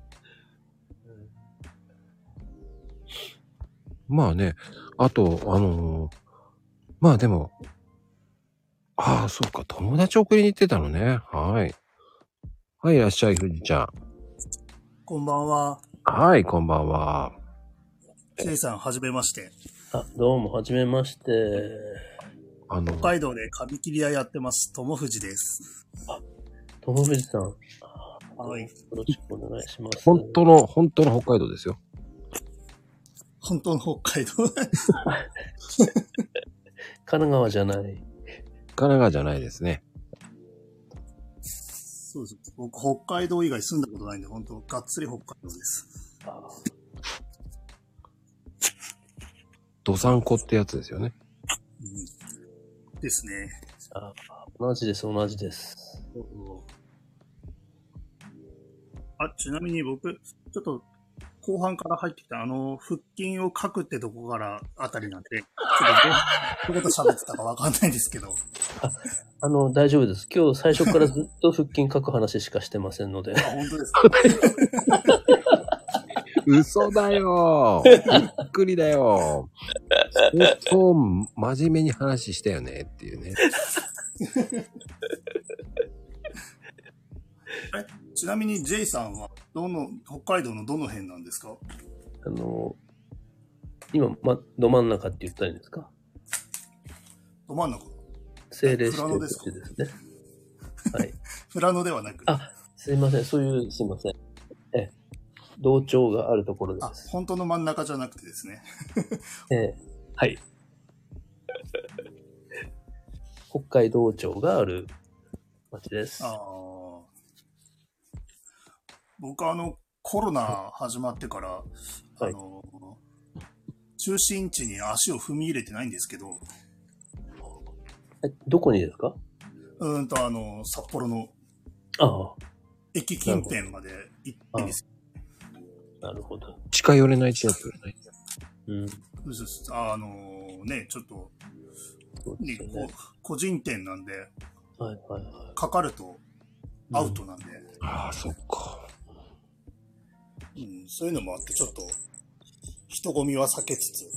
まあね、あと、まあでも、そうか、友達送りに行ってたのね。はい。はい、いらっしゃい、富士ちゃん。 こんばんは。 はい、こんばんは。 J さん、はじめまして。 あ、どうも、はじめまして。 北海道で紙切り屋やってます、友藤です。 あ、友藤さん。 はい。 よろしくお願いします。 本当の北海道ですよ。 本当の北海道神奈川じゃない。神奈川じゃないですね。 そうです。僕、北海道以外住んだことないんで、本当がっつり北海道です。 どさんこってやつですよね。 うん。ですね。 同じです、同じです。 ちなみに僕、ちょっと、後半から入ってきた腹筋を書くってとこからあたりなんで、ちょっとどういうこと喋ってたかわかんないですけど。 大丈夫です。今日最初からずっと腹筋書く話しかしてませんので。 本当ですか嘘だよびっくりだよそう真面目に話したよねっていうね。 ちなみに J さんは北海道のどの辺なんですか？ 今、ど真ん中って言ったらいいんですか？ ど真ん中？ 政令指定都市ですね。はい。 富良野ではなく。 すいません。すいません。道庁があるところです。 本当の真ん中じゃなくてですね。 はい。北海道庁がある町です。 僕コロナ始まってから、はい、中心地に足を踏み入れてないんですけど。 どこにですか？ 札幌の駅近辺まで行ってんですよ。 なるほど。 近寄れない地だったよね。 うん。そうです。ちょっと、ね、個人店なんで、かかるとアウトなんで。 そっか。 うん、そういうのもあって、ちょっと、人混みは避けつつ。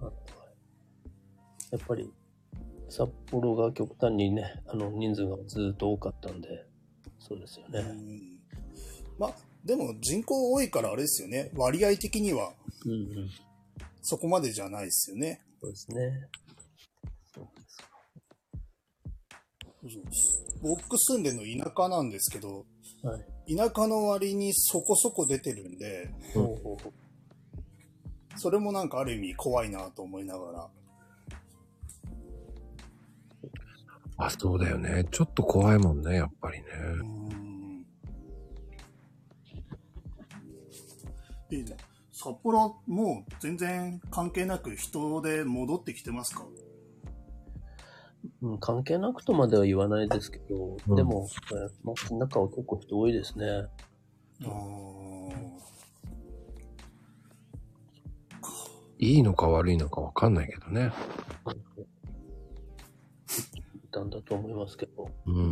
やっぱり、札幌が極端にね、人数がずっと多かったんで、そうですよね。 でも人口多いからあれですよね。割合的には、そこまでじゃないですよね。 そうですね。 僕住んでるの田舎なんですけど、田舎の割にそこそこ出てるんで、それもなんかある意味怖いなと思いながら。そうだよね。ちょっと怖いもんね、やっぱりね。 札幌もう全然関係なく人で戻ってきてますか？ 関係なくとまでは言わないですけど、でも、街中は結構人多いですね。 いいのか悪いのかわかんないけどね。 なんだと思いますけど。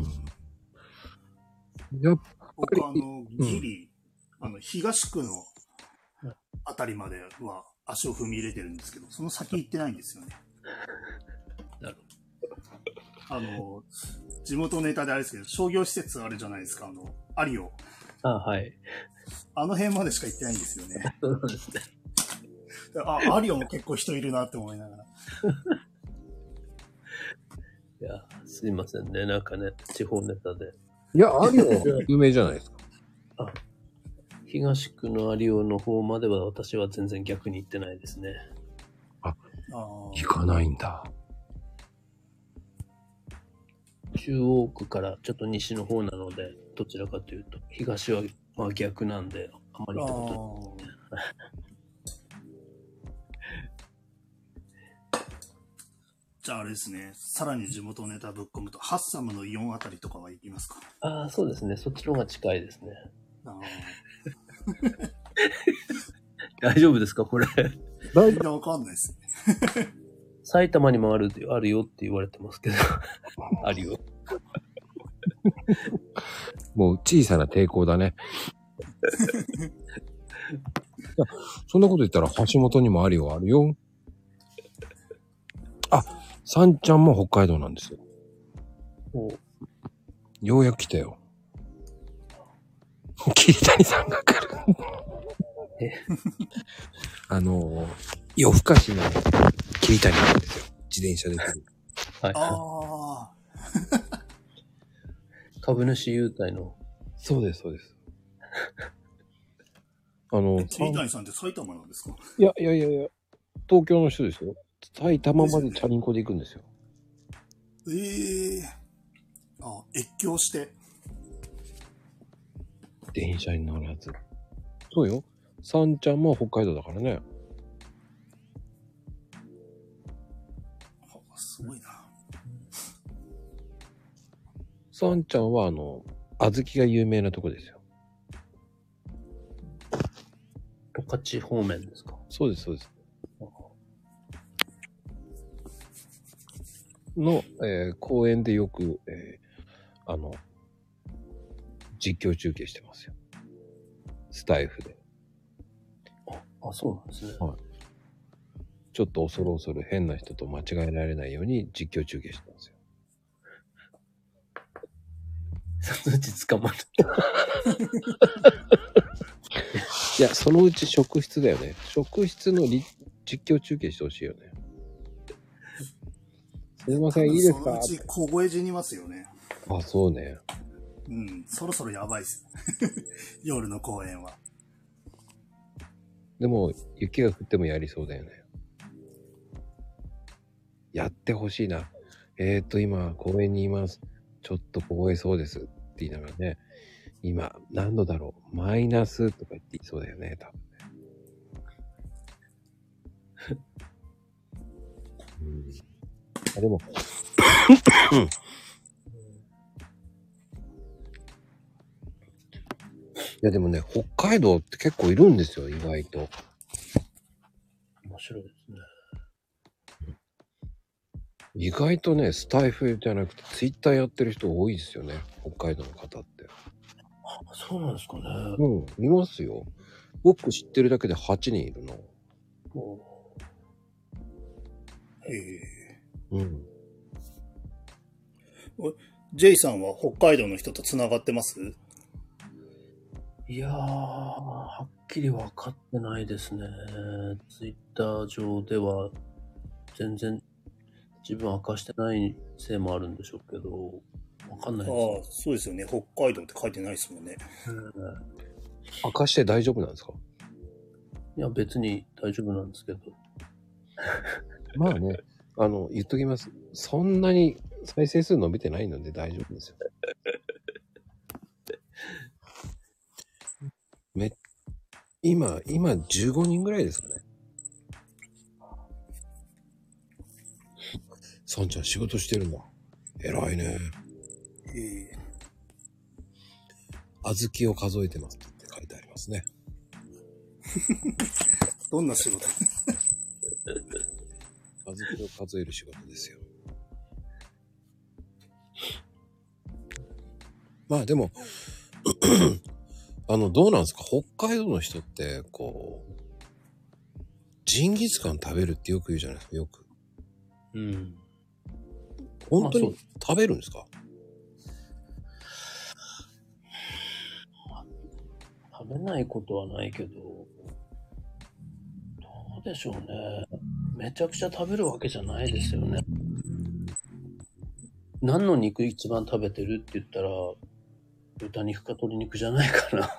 やっぱり僕ギリ、東区のあたりまでは足を踏み入れてるんですけど、その先行ってないんですよね。 なるほど。地元ネタであれですけど、商業施設あるじゃないですか、アリオ。 はい。 あの辺までしか行ってないんですよね。 そうですね。 アリオも結構人いるなって思いながら。 いや、すいませんね、なんかね、地方ネタで。 いや、アリオ有名じゃないですか。 東区の有オの方までは私は全然逆に行ってないですね。 行かないんだ。 中央区からちょっと西の方なので、どちらかというと、東は逆なんで、あんまり行ったことない。 じゃああれですね、さらに地元ネタぶっ込むと、ハッサムのイオンあたりとかは行きますか？ そうですね、そっちの方が近いですね。大丈夫ですかこれ？ 全然わかんないです。 埼玉にもあるよって言われてますけど。あるよ。 もう小さな抵抗だね。そんなこと言ったら橋本にもあるよ。さんちゃんも北海道なんですよ。ようやく来たよ。桐谷さんが来る。 夜更かしの桐谷なんですよ。自転車で来る。 はい。 ああ。 株主優待の。 そうです、そうです。 桐谷さんって埼玉なんですか？ いや、東京の人ですよ。埼玉までチャリンコで行くんですよ。 越境して。 電車に乗らず。そうよ。さんちゃんも北海道だからね。 すごいな。 さんちゃんは小豆が有名なとこですよ。 十勝方面ですか？ そうです、そうです。の、公園でよく、実況中継してますよ。スタイフで。 あ、そうなんですね。 はい。ちょっと恐る恐る変な人と間違えられないように実況中継してますよ。 そのうち捕まる。 いや、そのうち職質だよね。職質の実況中継してほしいよね。すいません、いいですか？ そのうち凍え死にますよね。 あ、そうね。 うん、そろそろやばいっす。夜の公園は。 でも、雪が降ってもやりそうだよね。やってほしいな。今、公園にいます。ちょっと凍えそうです。って言いながらね。今、何度だろう。マイナスとか言って言いそうだよね、多分ね。でも、いやでもね、北海道って結構いるんですよ、意外と。 面白いですね。 意外とね、スタイフじゃなくてツイッターやってる人多いですよね、北海道の方って。 あ、そうなんですかね。 いますよ。僕知ってるだけで8人いるの。 J さんは北海道の人と繋がってます？ いやー、はっきり分かってないですね。ツイッター上では全然自分明かしてないせいもあるんでしょうけど、分かんないです。 ああ、そうですよね。北海道って書いてないですもんね。 明かして大丈夫なんですか？ いや、別に大丈夫なんですけど。 まあね、言っときます。そんなに再生数伸びてないので大丈夫ですよ。今15人ぐらいですかね。さんちゃん仕事してるんだ。偉いね。小豆を数えてますって書いてありますね。 どんな仕事？ 小豆を数える仕事ですよ。まあでもどうなんですか？北海道の人って、こう、ジンギスカン食べるってよく言うじゃないですか、よく。本当に食べるんですか？ 食べないことはないけど、どうでしょうね。めちゃくちゃ食べるわけじゃないですよね。何の肉一番食べてるって言ったら、豚肉か鶏肉じゃないかな。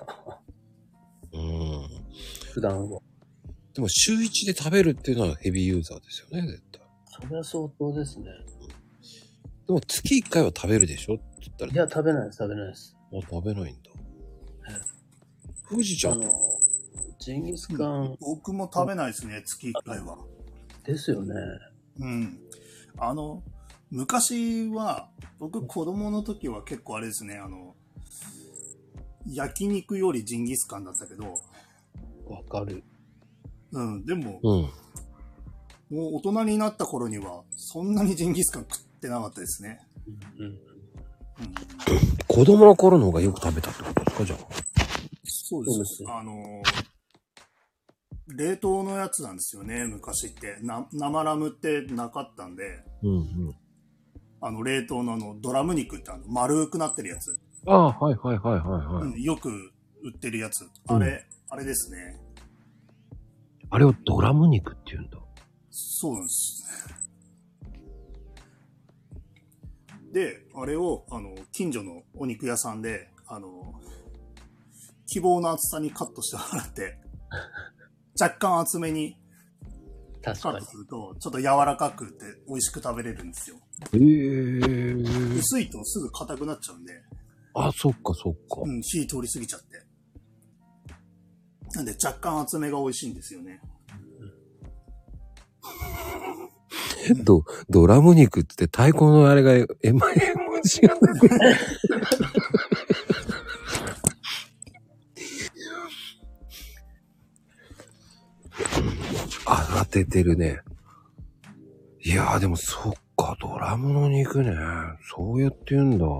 普段は。 でも週1で食べるっていうのはヘビーユーザーですよね、絶対。 それは相当ですね。 でも月1回は食べるでしょって言ったら。 いや、食べないです。 食べないんだ。富士ちゃん。 ジンギスカン。 僕も食べないですね、月1回は。 ですよね。 昔は、僕子供の時は結構あれですね、焼肉よりジンギスカンだったけど。 わかる。 でも、もう大人になった頃には、そんなにジンギスカン食ってなかったですね。 子供の頃の方がよく食べたってことですか、じゃあ。 そうです。冷凍のやつなんですよね、昔って。生ラムってなかったんで。冷凍のドラム肉って丸くなってるやつ。 ああ、はい。 よく売ってるやつ。あれですね。 あれをドラム肉って言うんだ。 そうなんです。で、あれを、近所のお肉屋さんで、希望の厚さにカットしてもらって、若干厚めにカットすると、ちょっと柔らかくて美味しく食べれるんですよ。薄いとすぐ硬くなっちゃうんで。 あ、そっかそっか。 うん、火通り過ぎちゃって。なんで若干厚めが美味しいんですよね。 ドラム肉って太鼓のあれがえまい文字が当ててるね。いやーでもそっか、ドラムの肉ね。そうやって言うんだ。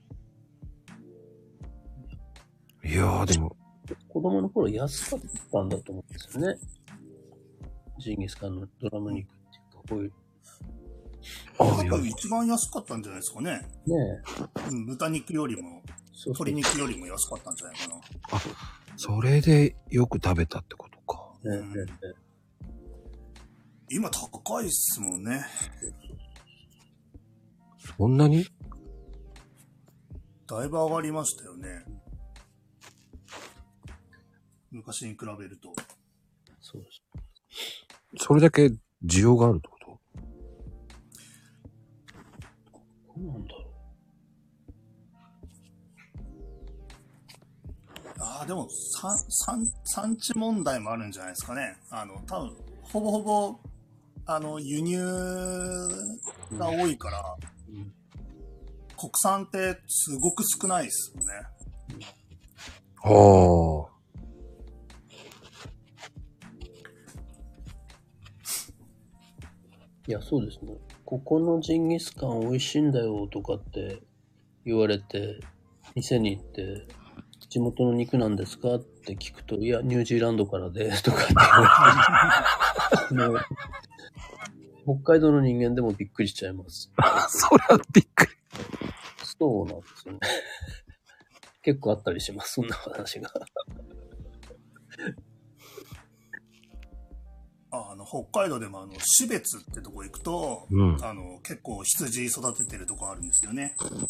いやーでも。 子供の頃安かったんだと思うんですよね。ジンギスカンのドラム肉っていうか、こういう。 多分一番安かったんじゃないですかね。 ねえ。うん、豚肉よりも、鶏肉よりも安かったんじゃないかな。 あ、それでよく食べたってことか。 今高いっすもんね。 そんなに？ だいぶ上がりましたよね。昔に比べると。 そうです。 それだけ需要があるってこと？ どうなんだろう。ああ、でも、産地問題もあるんじゃないですかね。多分、ほぼほぼ、輸入が多いから、国産ってすごく少ないですよね。 ああ。 いや、そうですね。ここのジンギスカン美味しいんだよとかって言われて、店に行って、地元の肉なんですかって聞くと、いや、ニュージーランドからで、とかって言われて。北海道の人間でもびっくりしちゃいます。 そりゃびっくり。 そうなんですよね。結構あったりします、そんな話が。 北海道でも標津ってとこ行くと、結構羊育ててるとこあるんですよね。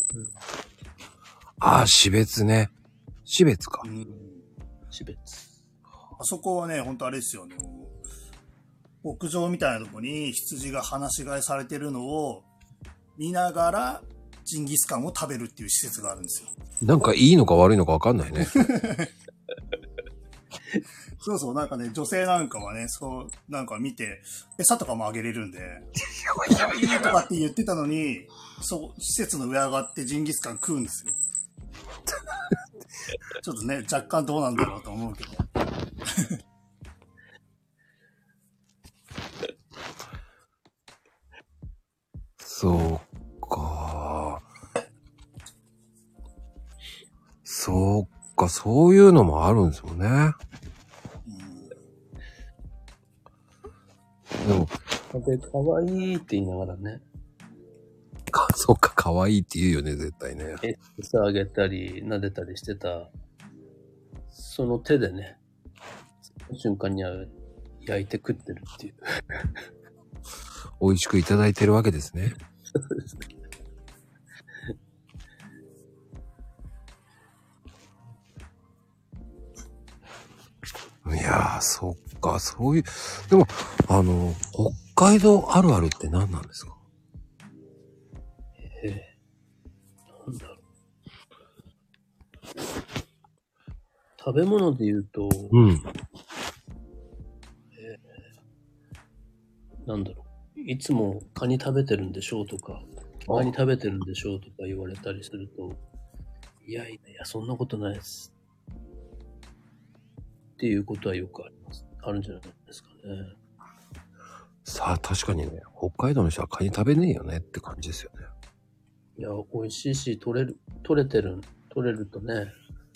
ああ、標津ね。標津か。 標津。 あそこはね、ほんとあれですよ、牧場みたいなとこに羊が放し飼いされてるのを見ながらジンギスカンを食べるっていう施設があるんですよ。 なんかいいのか悪いのか分かんないね。 そうそう、なんかね、女性なんかはね、そう、なんか見て、餌とかもあげれるんで、いいとかって言ってたのに、そう、施設の上上がってジンギスカン食うんですよ。ちょっとね、若干どうなんだろうと思うけど。 そうか。そうか、そういうのもあるんですよね。でも、 で、可愛いって言いながらね。 そっか、可愛いって言うよね、絶対ね。 餌あげたり、撫でたりしてた、その手でね、その瞬間に焼いて食ってるっていう。 美味しくいただいてるわけですね。 そうですね。 いやー、そっか、そういう、でも、北海道あるあるって何なんですか？ なんだろう。食べ物で言うと、なんだろう。いつもカニ食べてるんでしょうとか、カニ食べてるんでしょうとか言われたりすると、いや、そんなことないです。っていうことはよくあります。あるんじゃないですかね。 さあ、確かにね、北海道の人はカニ食べねえよねって感じですよね。 いや、美味しいし、取れるとね、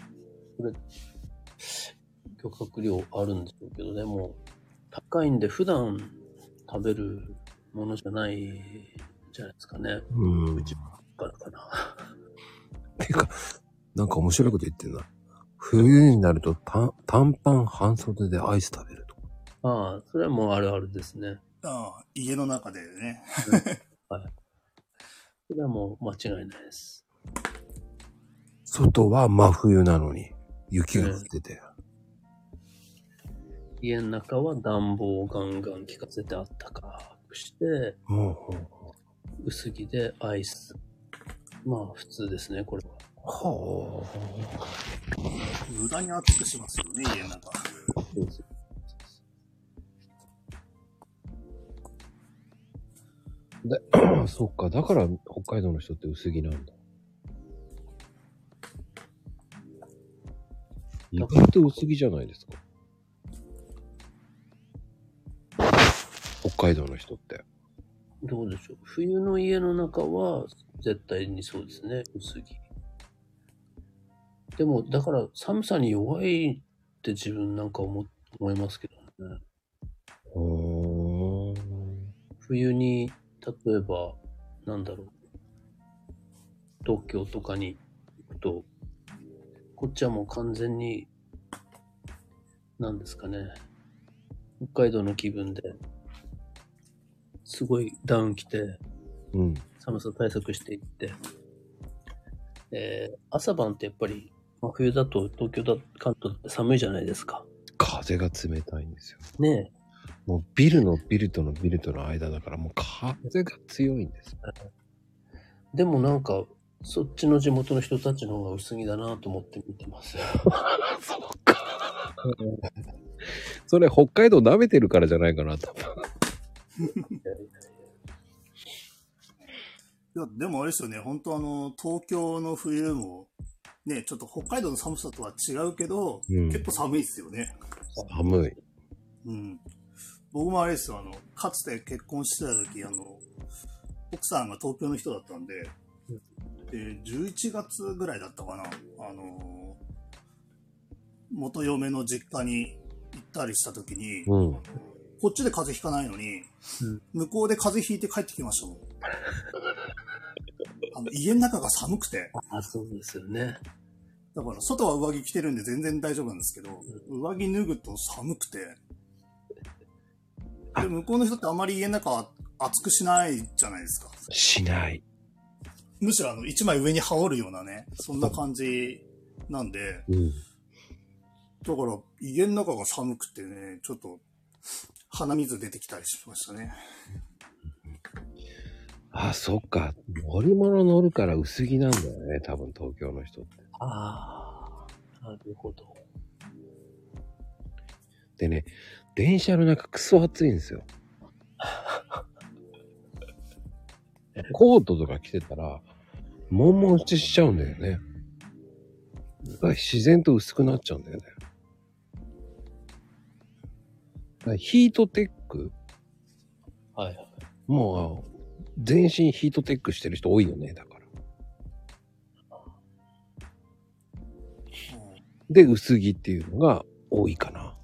漁獲量あるんでしょうけど、でも、高いんで普段食べるものじゃないじゃないですかね。うちからかな。 てか、なんか面白いこと言ってんな。冬になると短パン半袖でアイス食べると。 ああ、それはもうあるあるですね。 ああ、家の中でね。 はい。それはもう間違いないです。 外は真冬なのに、雪が降ってて。 家の中は暖房をガンガン効かせてあったかくして、薄着でアイス。まあ普通ですね、これは。 はあ。無駄に暑くしますよね、家の中。そうです。 そっか、だから北海道の人って薄着なんだ。意外と薄着じゃないですか。北海道の人って。 どうでしょう。冬の家の中は絶対にそうですね、薄着。でも、だから寒さに弱いって自分なんか思いますけどね。冬に、例えば、なんだろう。東京とかに行くと、こっちはもう完全に、なんですかね。北海道の気分で、すごいダウン着て、寒さ対策していって、朝晩ってやっぱり、冬だと東京だ、関東って寒いじゃないですか。 風が冷たいんですよ。 ねえ。 もうビルの間だからもう風が強いんです。 でもなんか、そっちの地元の人たちの方が薄着だなと思って見てますよ。 そうか。それ北海道舐めてるからじゃないかな、多分。 いや、でもあれですよね、本当東京の冬も、ね、ちょっと北海道の寒さとは違うけど、結構寒いですよね。 寒い。 うん。僕もあれですよ、かつて結婚してた時、奥さんが東京の人だったんで、で、11月ぐらいだったかな、元嫁の実家に行ったりした時に、こっちで風邪ひかないのに、向こうで風邪ひいて帰ってきましたもん。家の中が寒くて。 あ、そうですよね。 だから外は上着着てるんで全然大丈夫なんですけど、上着脱ぐと寒くて。で、向こうの人ってあんまり家の中は暑くしないじゃないですか。 しない。 むしろ一枚上に羽織るようなね、そんな感じなんで、だから家の中が寒くてね、ちょっと鼻水出てきたりしましたね。 あ、そっか。乗り物乗るから薄着なんだよね、多分東京の人って。 ああ、なるほど。 でね、電車の中クソ暑いんですよ。コートとか着てたら、悶々しちゃうんだよね。自然と薄くなっちゃうんだよね。ヒートテック、 はいはい。 もう、全身ヒートテックしてる人多いよね、だから。で、薄着っていうのが多いかな。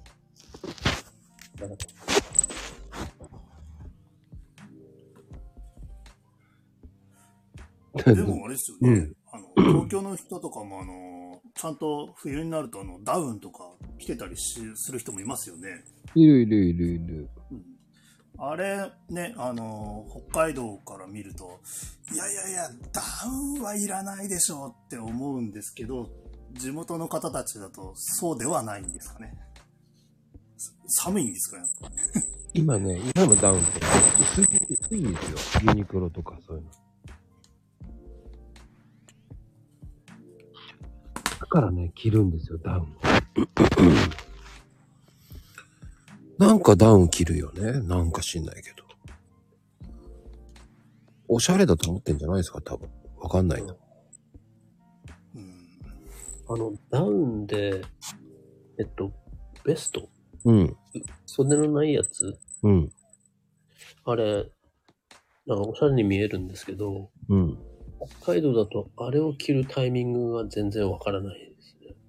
でもあれですよね、東京の人とかもちゃんと冬になるとダウンとか着てたりする人もいますよね。 いる。 あれね、北海道から見ると、いや、ダウンはいらないでしょうって思うんですけど、地元の方たちだとそうではないんですかね。寒いんですかね。 今のダウンって薄いんですよ。ユニクロとかそういうの。だからね、着るんですよ、ダウン。なんかダウン着るよね。なんか知んないけど。おしゃれだと思ってんじゃないですか、多分。わかんないな。 ダウンで、ベスト、袖のないやつ、あれ、なんかおしゃれに見えるんですけど、北海道だとあれを着るタイミングが全然わからないですね。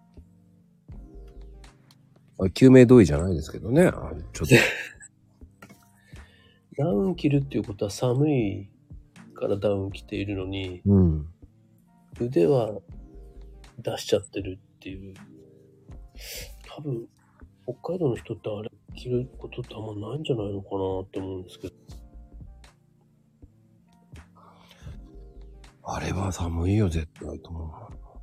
救命胴衣じゃないですけどね。ちょっと。 ダウン着るっていうことは寒いからダウン着ているのに、腕は出しちゃってるっていう。多分、北海道の人ってあれきることってあんまないんじゃないのかなって思うんですけど。 あれは寒いよ、絶対と思う。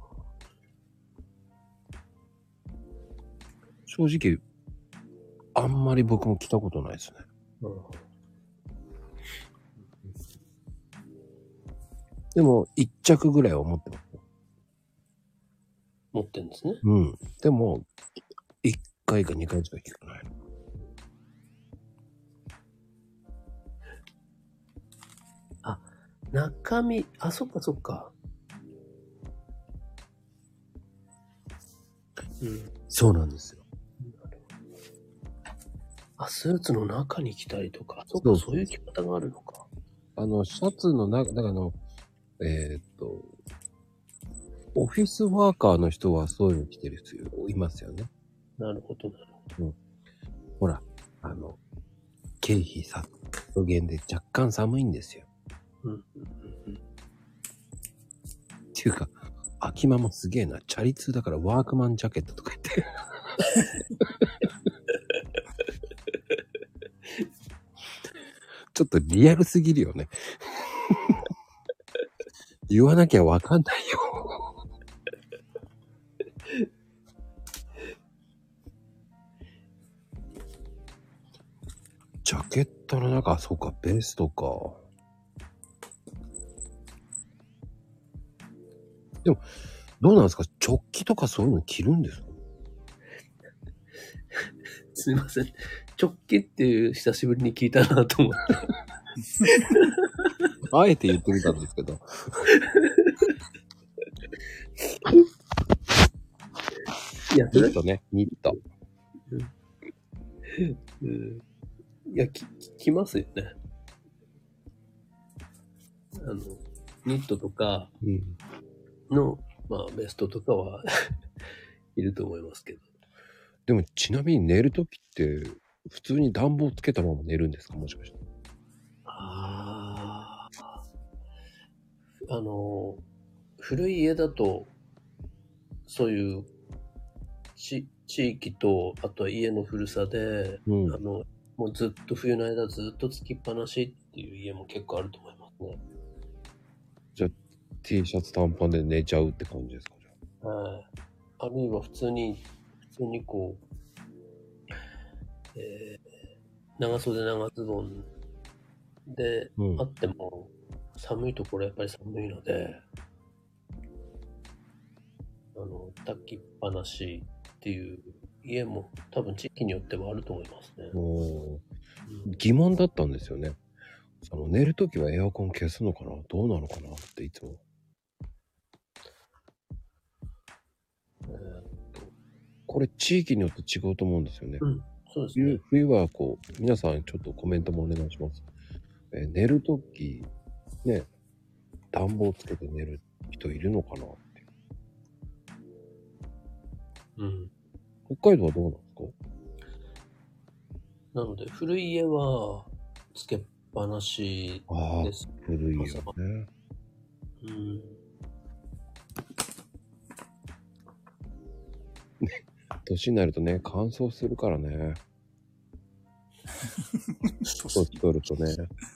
正直、あんまり僕も着たことないですね。でも、1着ぐらいは持ってます。 持ってんですね。 うん。でも、1回か2回しか着かない。 あ、中身、あ、そっかそっか。うん。 そうなんですよ。 あ、スーツの中に着たりとか。そっか、そういう着方があるのか。 シャツの中、だからオフィスワーカーの人はそういうの着てる人いますよね。 なるほど、なるほど。 うん。ほら、経費削減で若干寒いんですよ。 うん、うん、うん。 っていうか、秋間もすげえな。チャリ通だからワークマンジャケットとか言って。ちょっとリアルすぎるよね。言わなきゃわかんないよ。ジャケットの中、そうか、ベストか。でも、どうなんですか？直帰とかそういうの着るんですか？ すいません。直帰っていう久しぶりに聞いたなと思って。 あえて言ってみたんですけど。いや、ニットね、ニット。 うん、いや、着ますよね。ニットとかの、まあ、ベストとかは、いると思いますけど。 でも、ちなみに寝るときって、普通に暖房つけたまま寝るんですか？もしかして。 古い家だと、そういう地域と、あとは家の古さで、もうずっと冬の間ずっとつきっぱなしっていう家も結構あると思いますね。 じゃあ、T シャツ短パンで寝ちゃうって感じですか？じゃあ。 はい。あるいは普通にこう、長袖長ズボンであっても、寒いところやっぱり寒いので、炊きっぱなしっていう家も多分地域によってはあると思いますね。 疑問だったんですよね。寝るときはエアコン消すのかな？どうなのかなっていつも。これ地域によって違うと思うんですよね。 そうですね。 冬はこう、皆さんちょっとコメントもお願いします。寝るとき、ね、暖房つけて寝る人いるのかなって。北海道はどうなんですか？ なので、古い家はつけっぱなしです。 古いよね。年になるとね、乾燥するからね。年取るとね。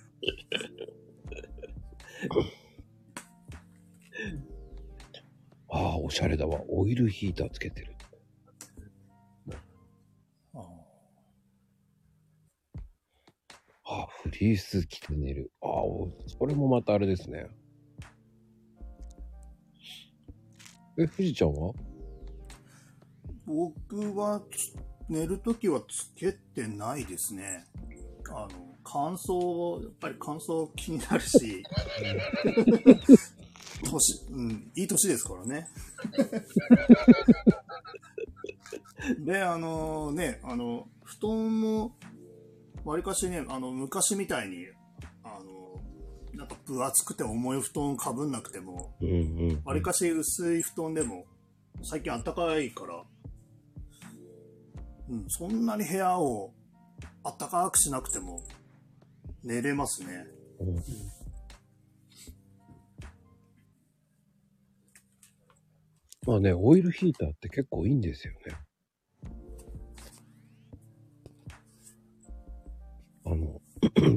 ああ、おしゃれだわ。オイルヒーターつけてる。ああ、フリース着て寝る。ああ、それもまたあれですね。富士ちゃんは？ 僕は寝るときはつけてないですね。乾燥、やっぱり乾燥気になるし、いい年ですからね。で、布団も、わりかしね、昔みたいに、なんか分厚くて重い布団かぶんなくても、わりかし薄い布団でも、最近暖かいから、そんなに部屋を暖かくしなくても寝れますね。 まあね、オイルヒーターって結構いいんですよね。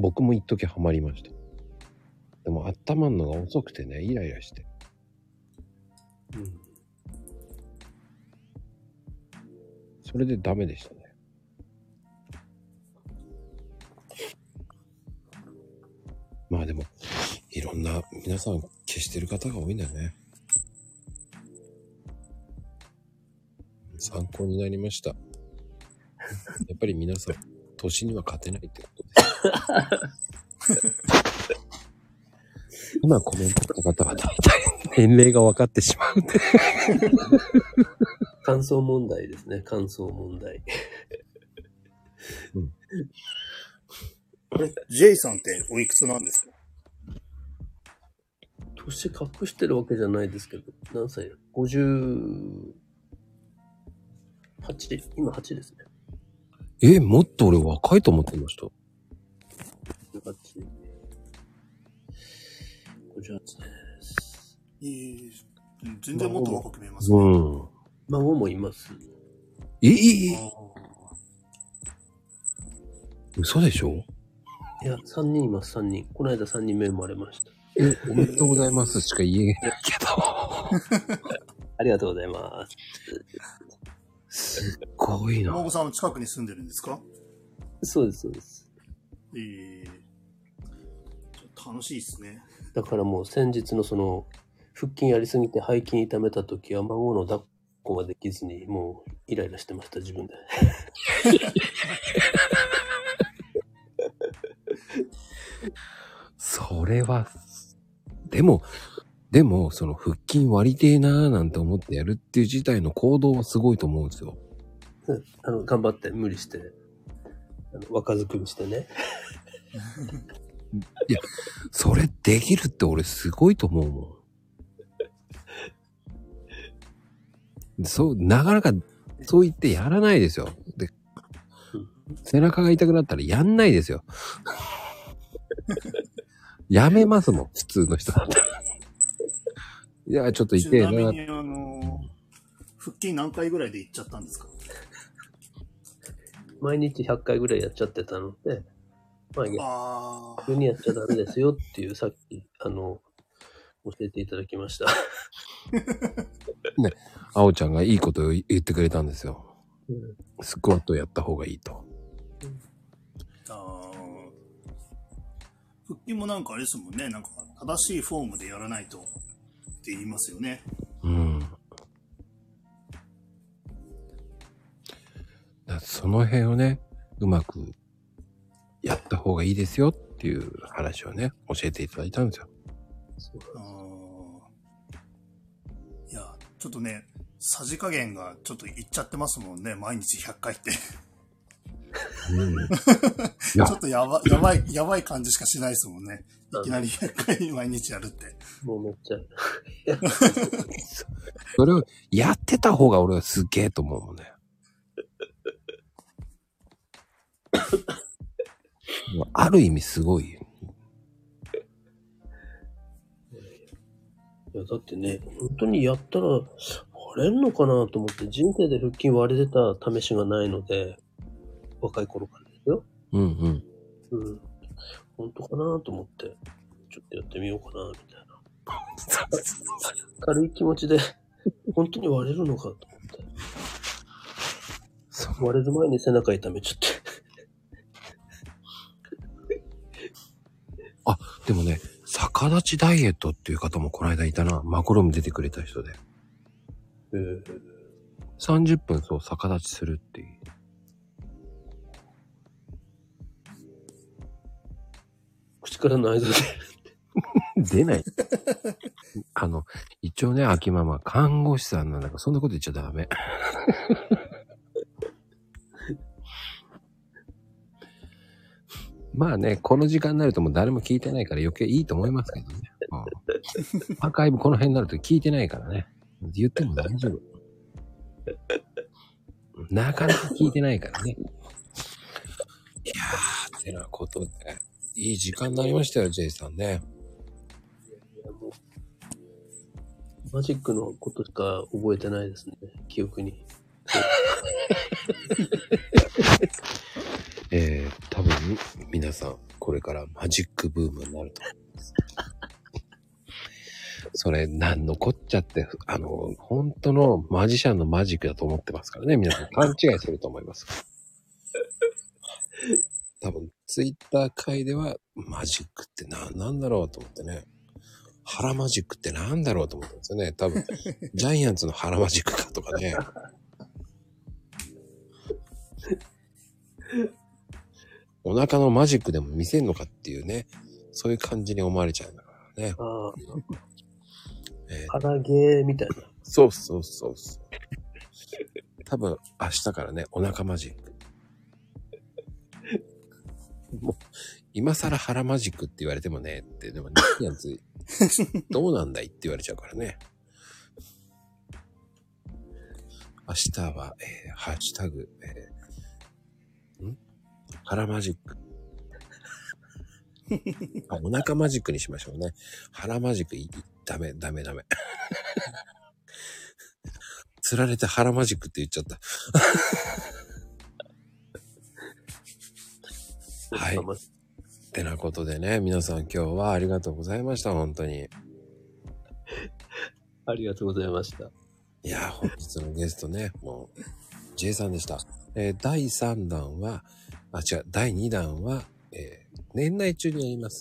僕も一時ハマりました。でも温まるのが遅くてね、イライラして。うん。それでダメでしたね。まあでも、いろんな皆さん消してる方が多いんだよね。参考になりました。やっぱり皆さん、年には勝てないってことです。今コメントした方は大体年齢が分かってしまうんで。 感想問題ですね、感想問題。 うん、これ、J さんっておいくつなんですか？ 年隠してるわけじゃないですけど、何歳？ 58？ 今8ですね。もっと俺若いと思ってました。 58。58です。 全然もっと若く見えますね。うん。 孫もいます。 嘘でしょ？ いや、3人います、3人。この間3人目生まれました。 おめでとうございますしか言えないけど。 ありがとうございます。 すっごいな。 孫さんの近くに住んでるんですか？ そうです、そうです。 楽しいですね。 だからもう先日のその、腹筋やりすぎて背筋痛めた時は孫の抱っこができずに、もうイライラしてました、自分で。 それは、でも、その腹筋割りてえなーなんて思ってやるっていう自体の行動はすごいと思うんですよ。 頑張って無理して、若作りしてね。 いや、それできるって俺すごいと思うもん。そう、なかなかそう言ってやらないですよ。で、背中が痛くなったらやんないですよ。やめますもん、普通の人だったら。いや、ちょっと痛えな。ちなみに腹筋何回ぐらいでいっちゃったんですか？ 毎日100回ぐらいやっちゃってたので、急にやっちゃダメですよっていう、さっき、教えていただきました。 ね、あおちゃんがいいことを言ってくれたんですよ。スクワットやった方がいいと。 腹筋もなんかあれですもんね、なんか正しいフォームでやらないとって言いますよね。 うん。その辺をね、うまくやった方がいいですよっていう話をね、教えていただいたんですよ。 いや、ちょっとね、さじ加減がちょっといっちゃってますもんね、毎日100回って。うん、ちょっとやばい感じしかしないですもんね。いきなり100回毎日やるって。 もうめっちゃ。 それをやってた方が俺はすげえと思うもんね。ある意味すごい。いや、だってね、本当にやったら割れるのかなと思って、人生で腹筋割れてた試しがないので、若い頃からですよ。 うんうん。 うん。本当かなと思って、ちょっとやってみようかな、みたいな。軽い気持ちで、本当に割れるのかと思って。割れる前に背中痛めちゃって。 あ、でもね、逆立ちダイエットっていう方もこの間いたな。マコロム出てくれた人で。30分そう逆立ちするっていう。 口から内臓で出ない。一応ね、秋ママ、看護師さんなんだから、そんなこと言っちゃダメ。まあね、この時間になるともう誰も聞いてないから余計いいと思いますけどね。アーカイブこの辺になると聞いてないからね。言っても大丈夫。なかなか聞いてないからね。いやー、ってなことで、いい時間になりましたよ、J さんね。 マジックのことしか覚えてないですね、記憶に。 多分、 皆さん、これからマジックブームになると思います。それ、なんのこっちゃって、本当のマジシャンのマジックだと思ってますからね。皆さん勘違いすると思います。多分、ツイッター界では、マジックってなんだろうと思ってね。腹マジックってなんだろうと思ったんですよね。多分、ジャイアンツの腹マジックかとかね。お腹のマジックでも見せんのかっていうね。そういう感じに思われちゃうんだからね。 腹芸みたいな。 そう。多分、明日からね、お腹マジック。もう、今更腹マジックって言われてもね、って、でも、ジャイアンツ、どうなんだいって言われちゃうからね。明日は、ハッシュタグ、腹マジック。お腹マジックにしましょうね。腹マジック、ダメ。釣られて腹マジックって言っちゃった。はい。ってなことでね、皆さん今日はありがとうございました、本当に。 ありがとうございました。 いや、本日のゲストね、もう、J さんでした。第3弾は、第2弾は、年内中にやります。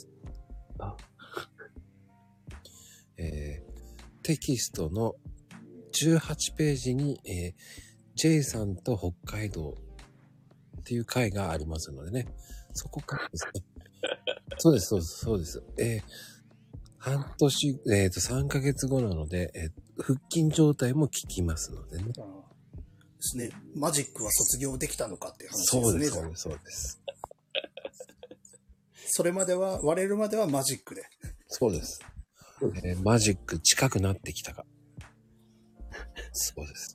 テキストの18ページに、J さんと北海道っていう回がありますのでね、そこからですね。そうです。半年、3ヶ月後なので、腹筋状態も効きますのでね。 ですね。マジックは卒業できたのかっていう話ですね。 そうです。 それまでは、割れるまではマジックで。 そうです。マジック近くなってきたか。そうです。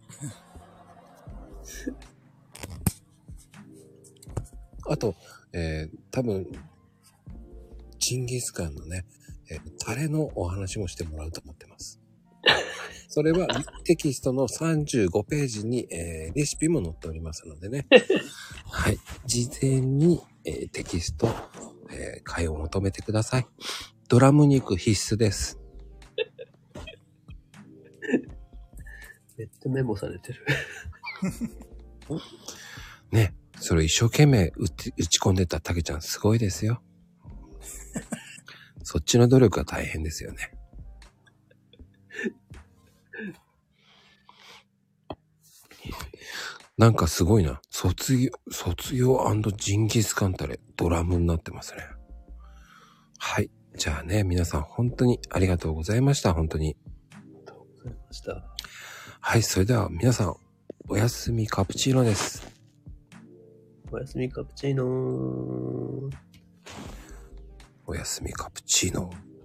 あと、多分、ジンギスカンのね、タレのお話もしてもらうと思ってます。それはテキストの35ページに、レシピも載っておりますのでね。はい。事前に、テキスト、買いを求めてください。ドラム肉必須です。 めっちゃメモされてる。 ね。それ一生懸命打ち込んでたたけちゃんすごいですよ。そっちの努力は大変ですよね。なんかすごいな。卒業ジンギスカンタレ、ドラムになってますね。はい。じゃあね、皆さん本当にありがとうございました。本当に。 ありがとうございました。 はい。それでは皆さん、おやすみカプチーノです。 おやすみカプチーノー。 おやすみカプチーノ。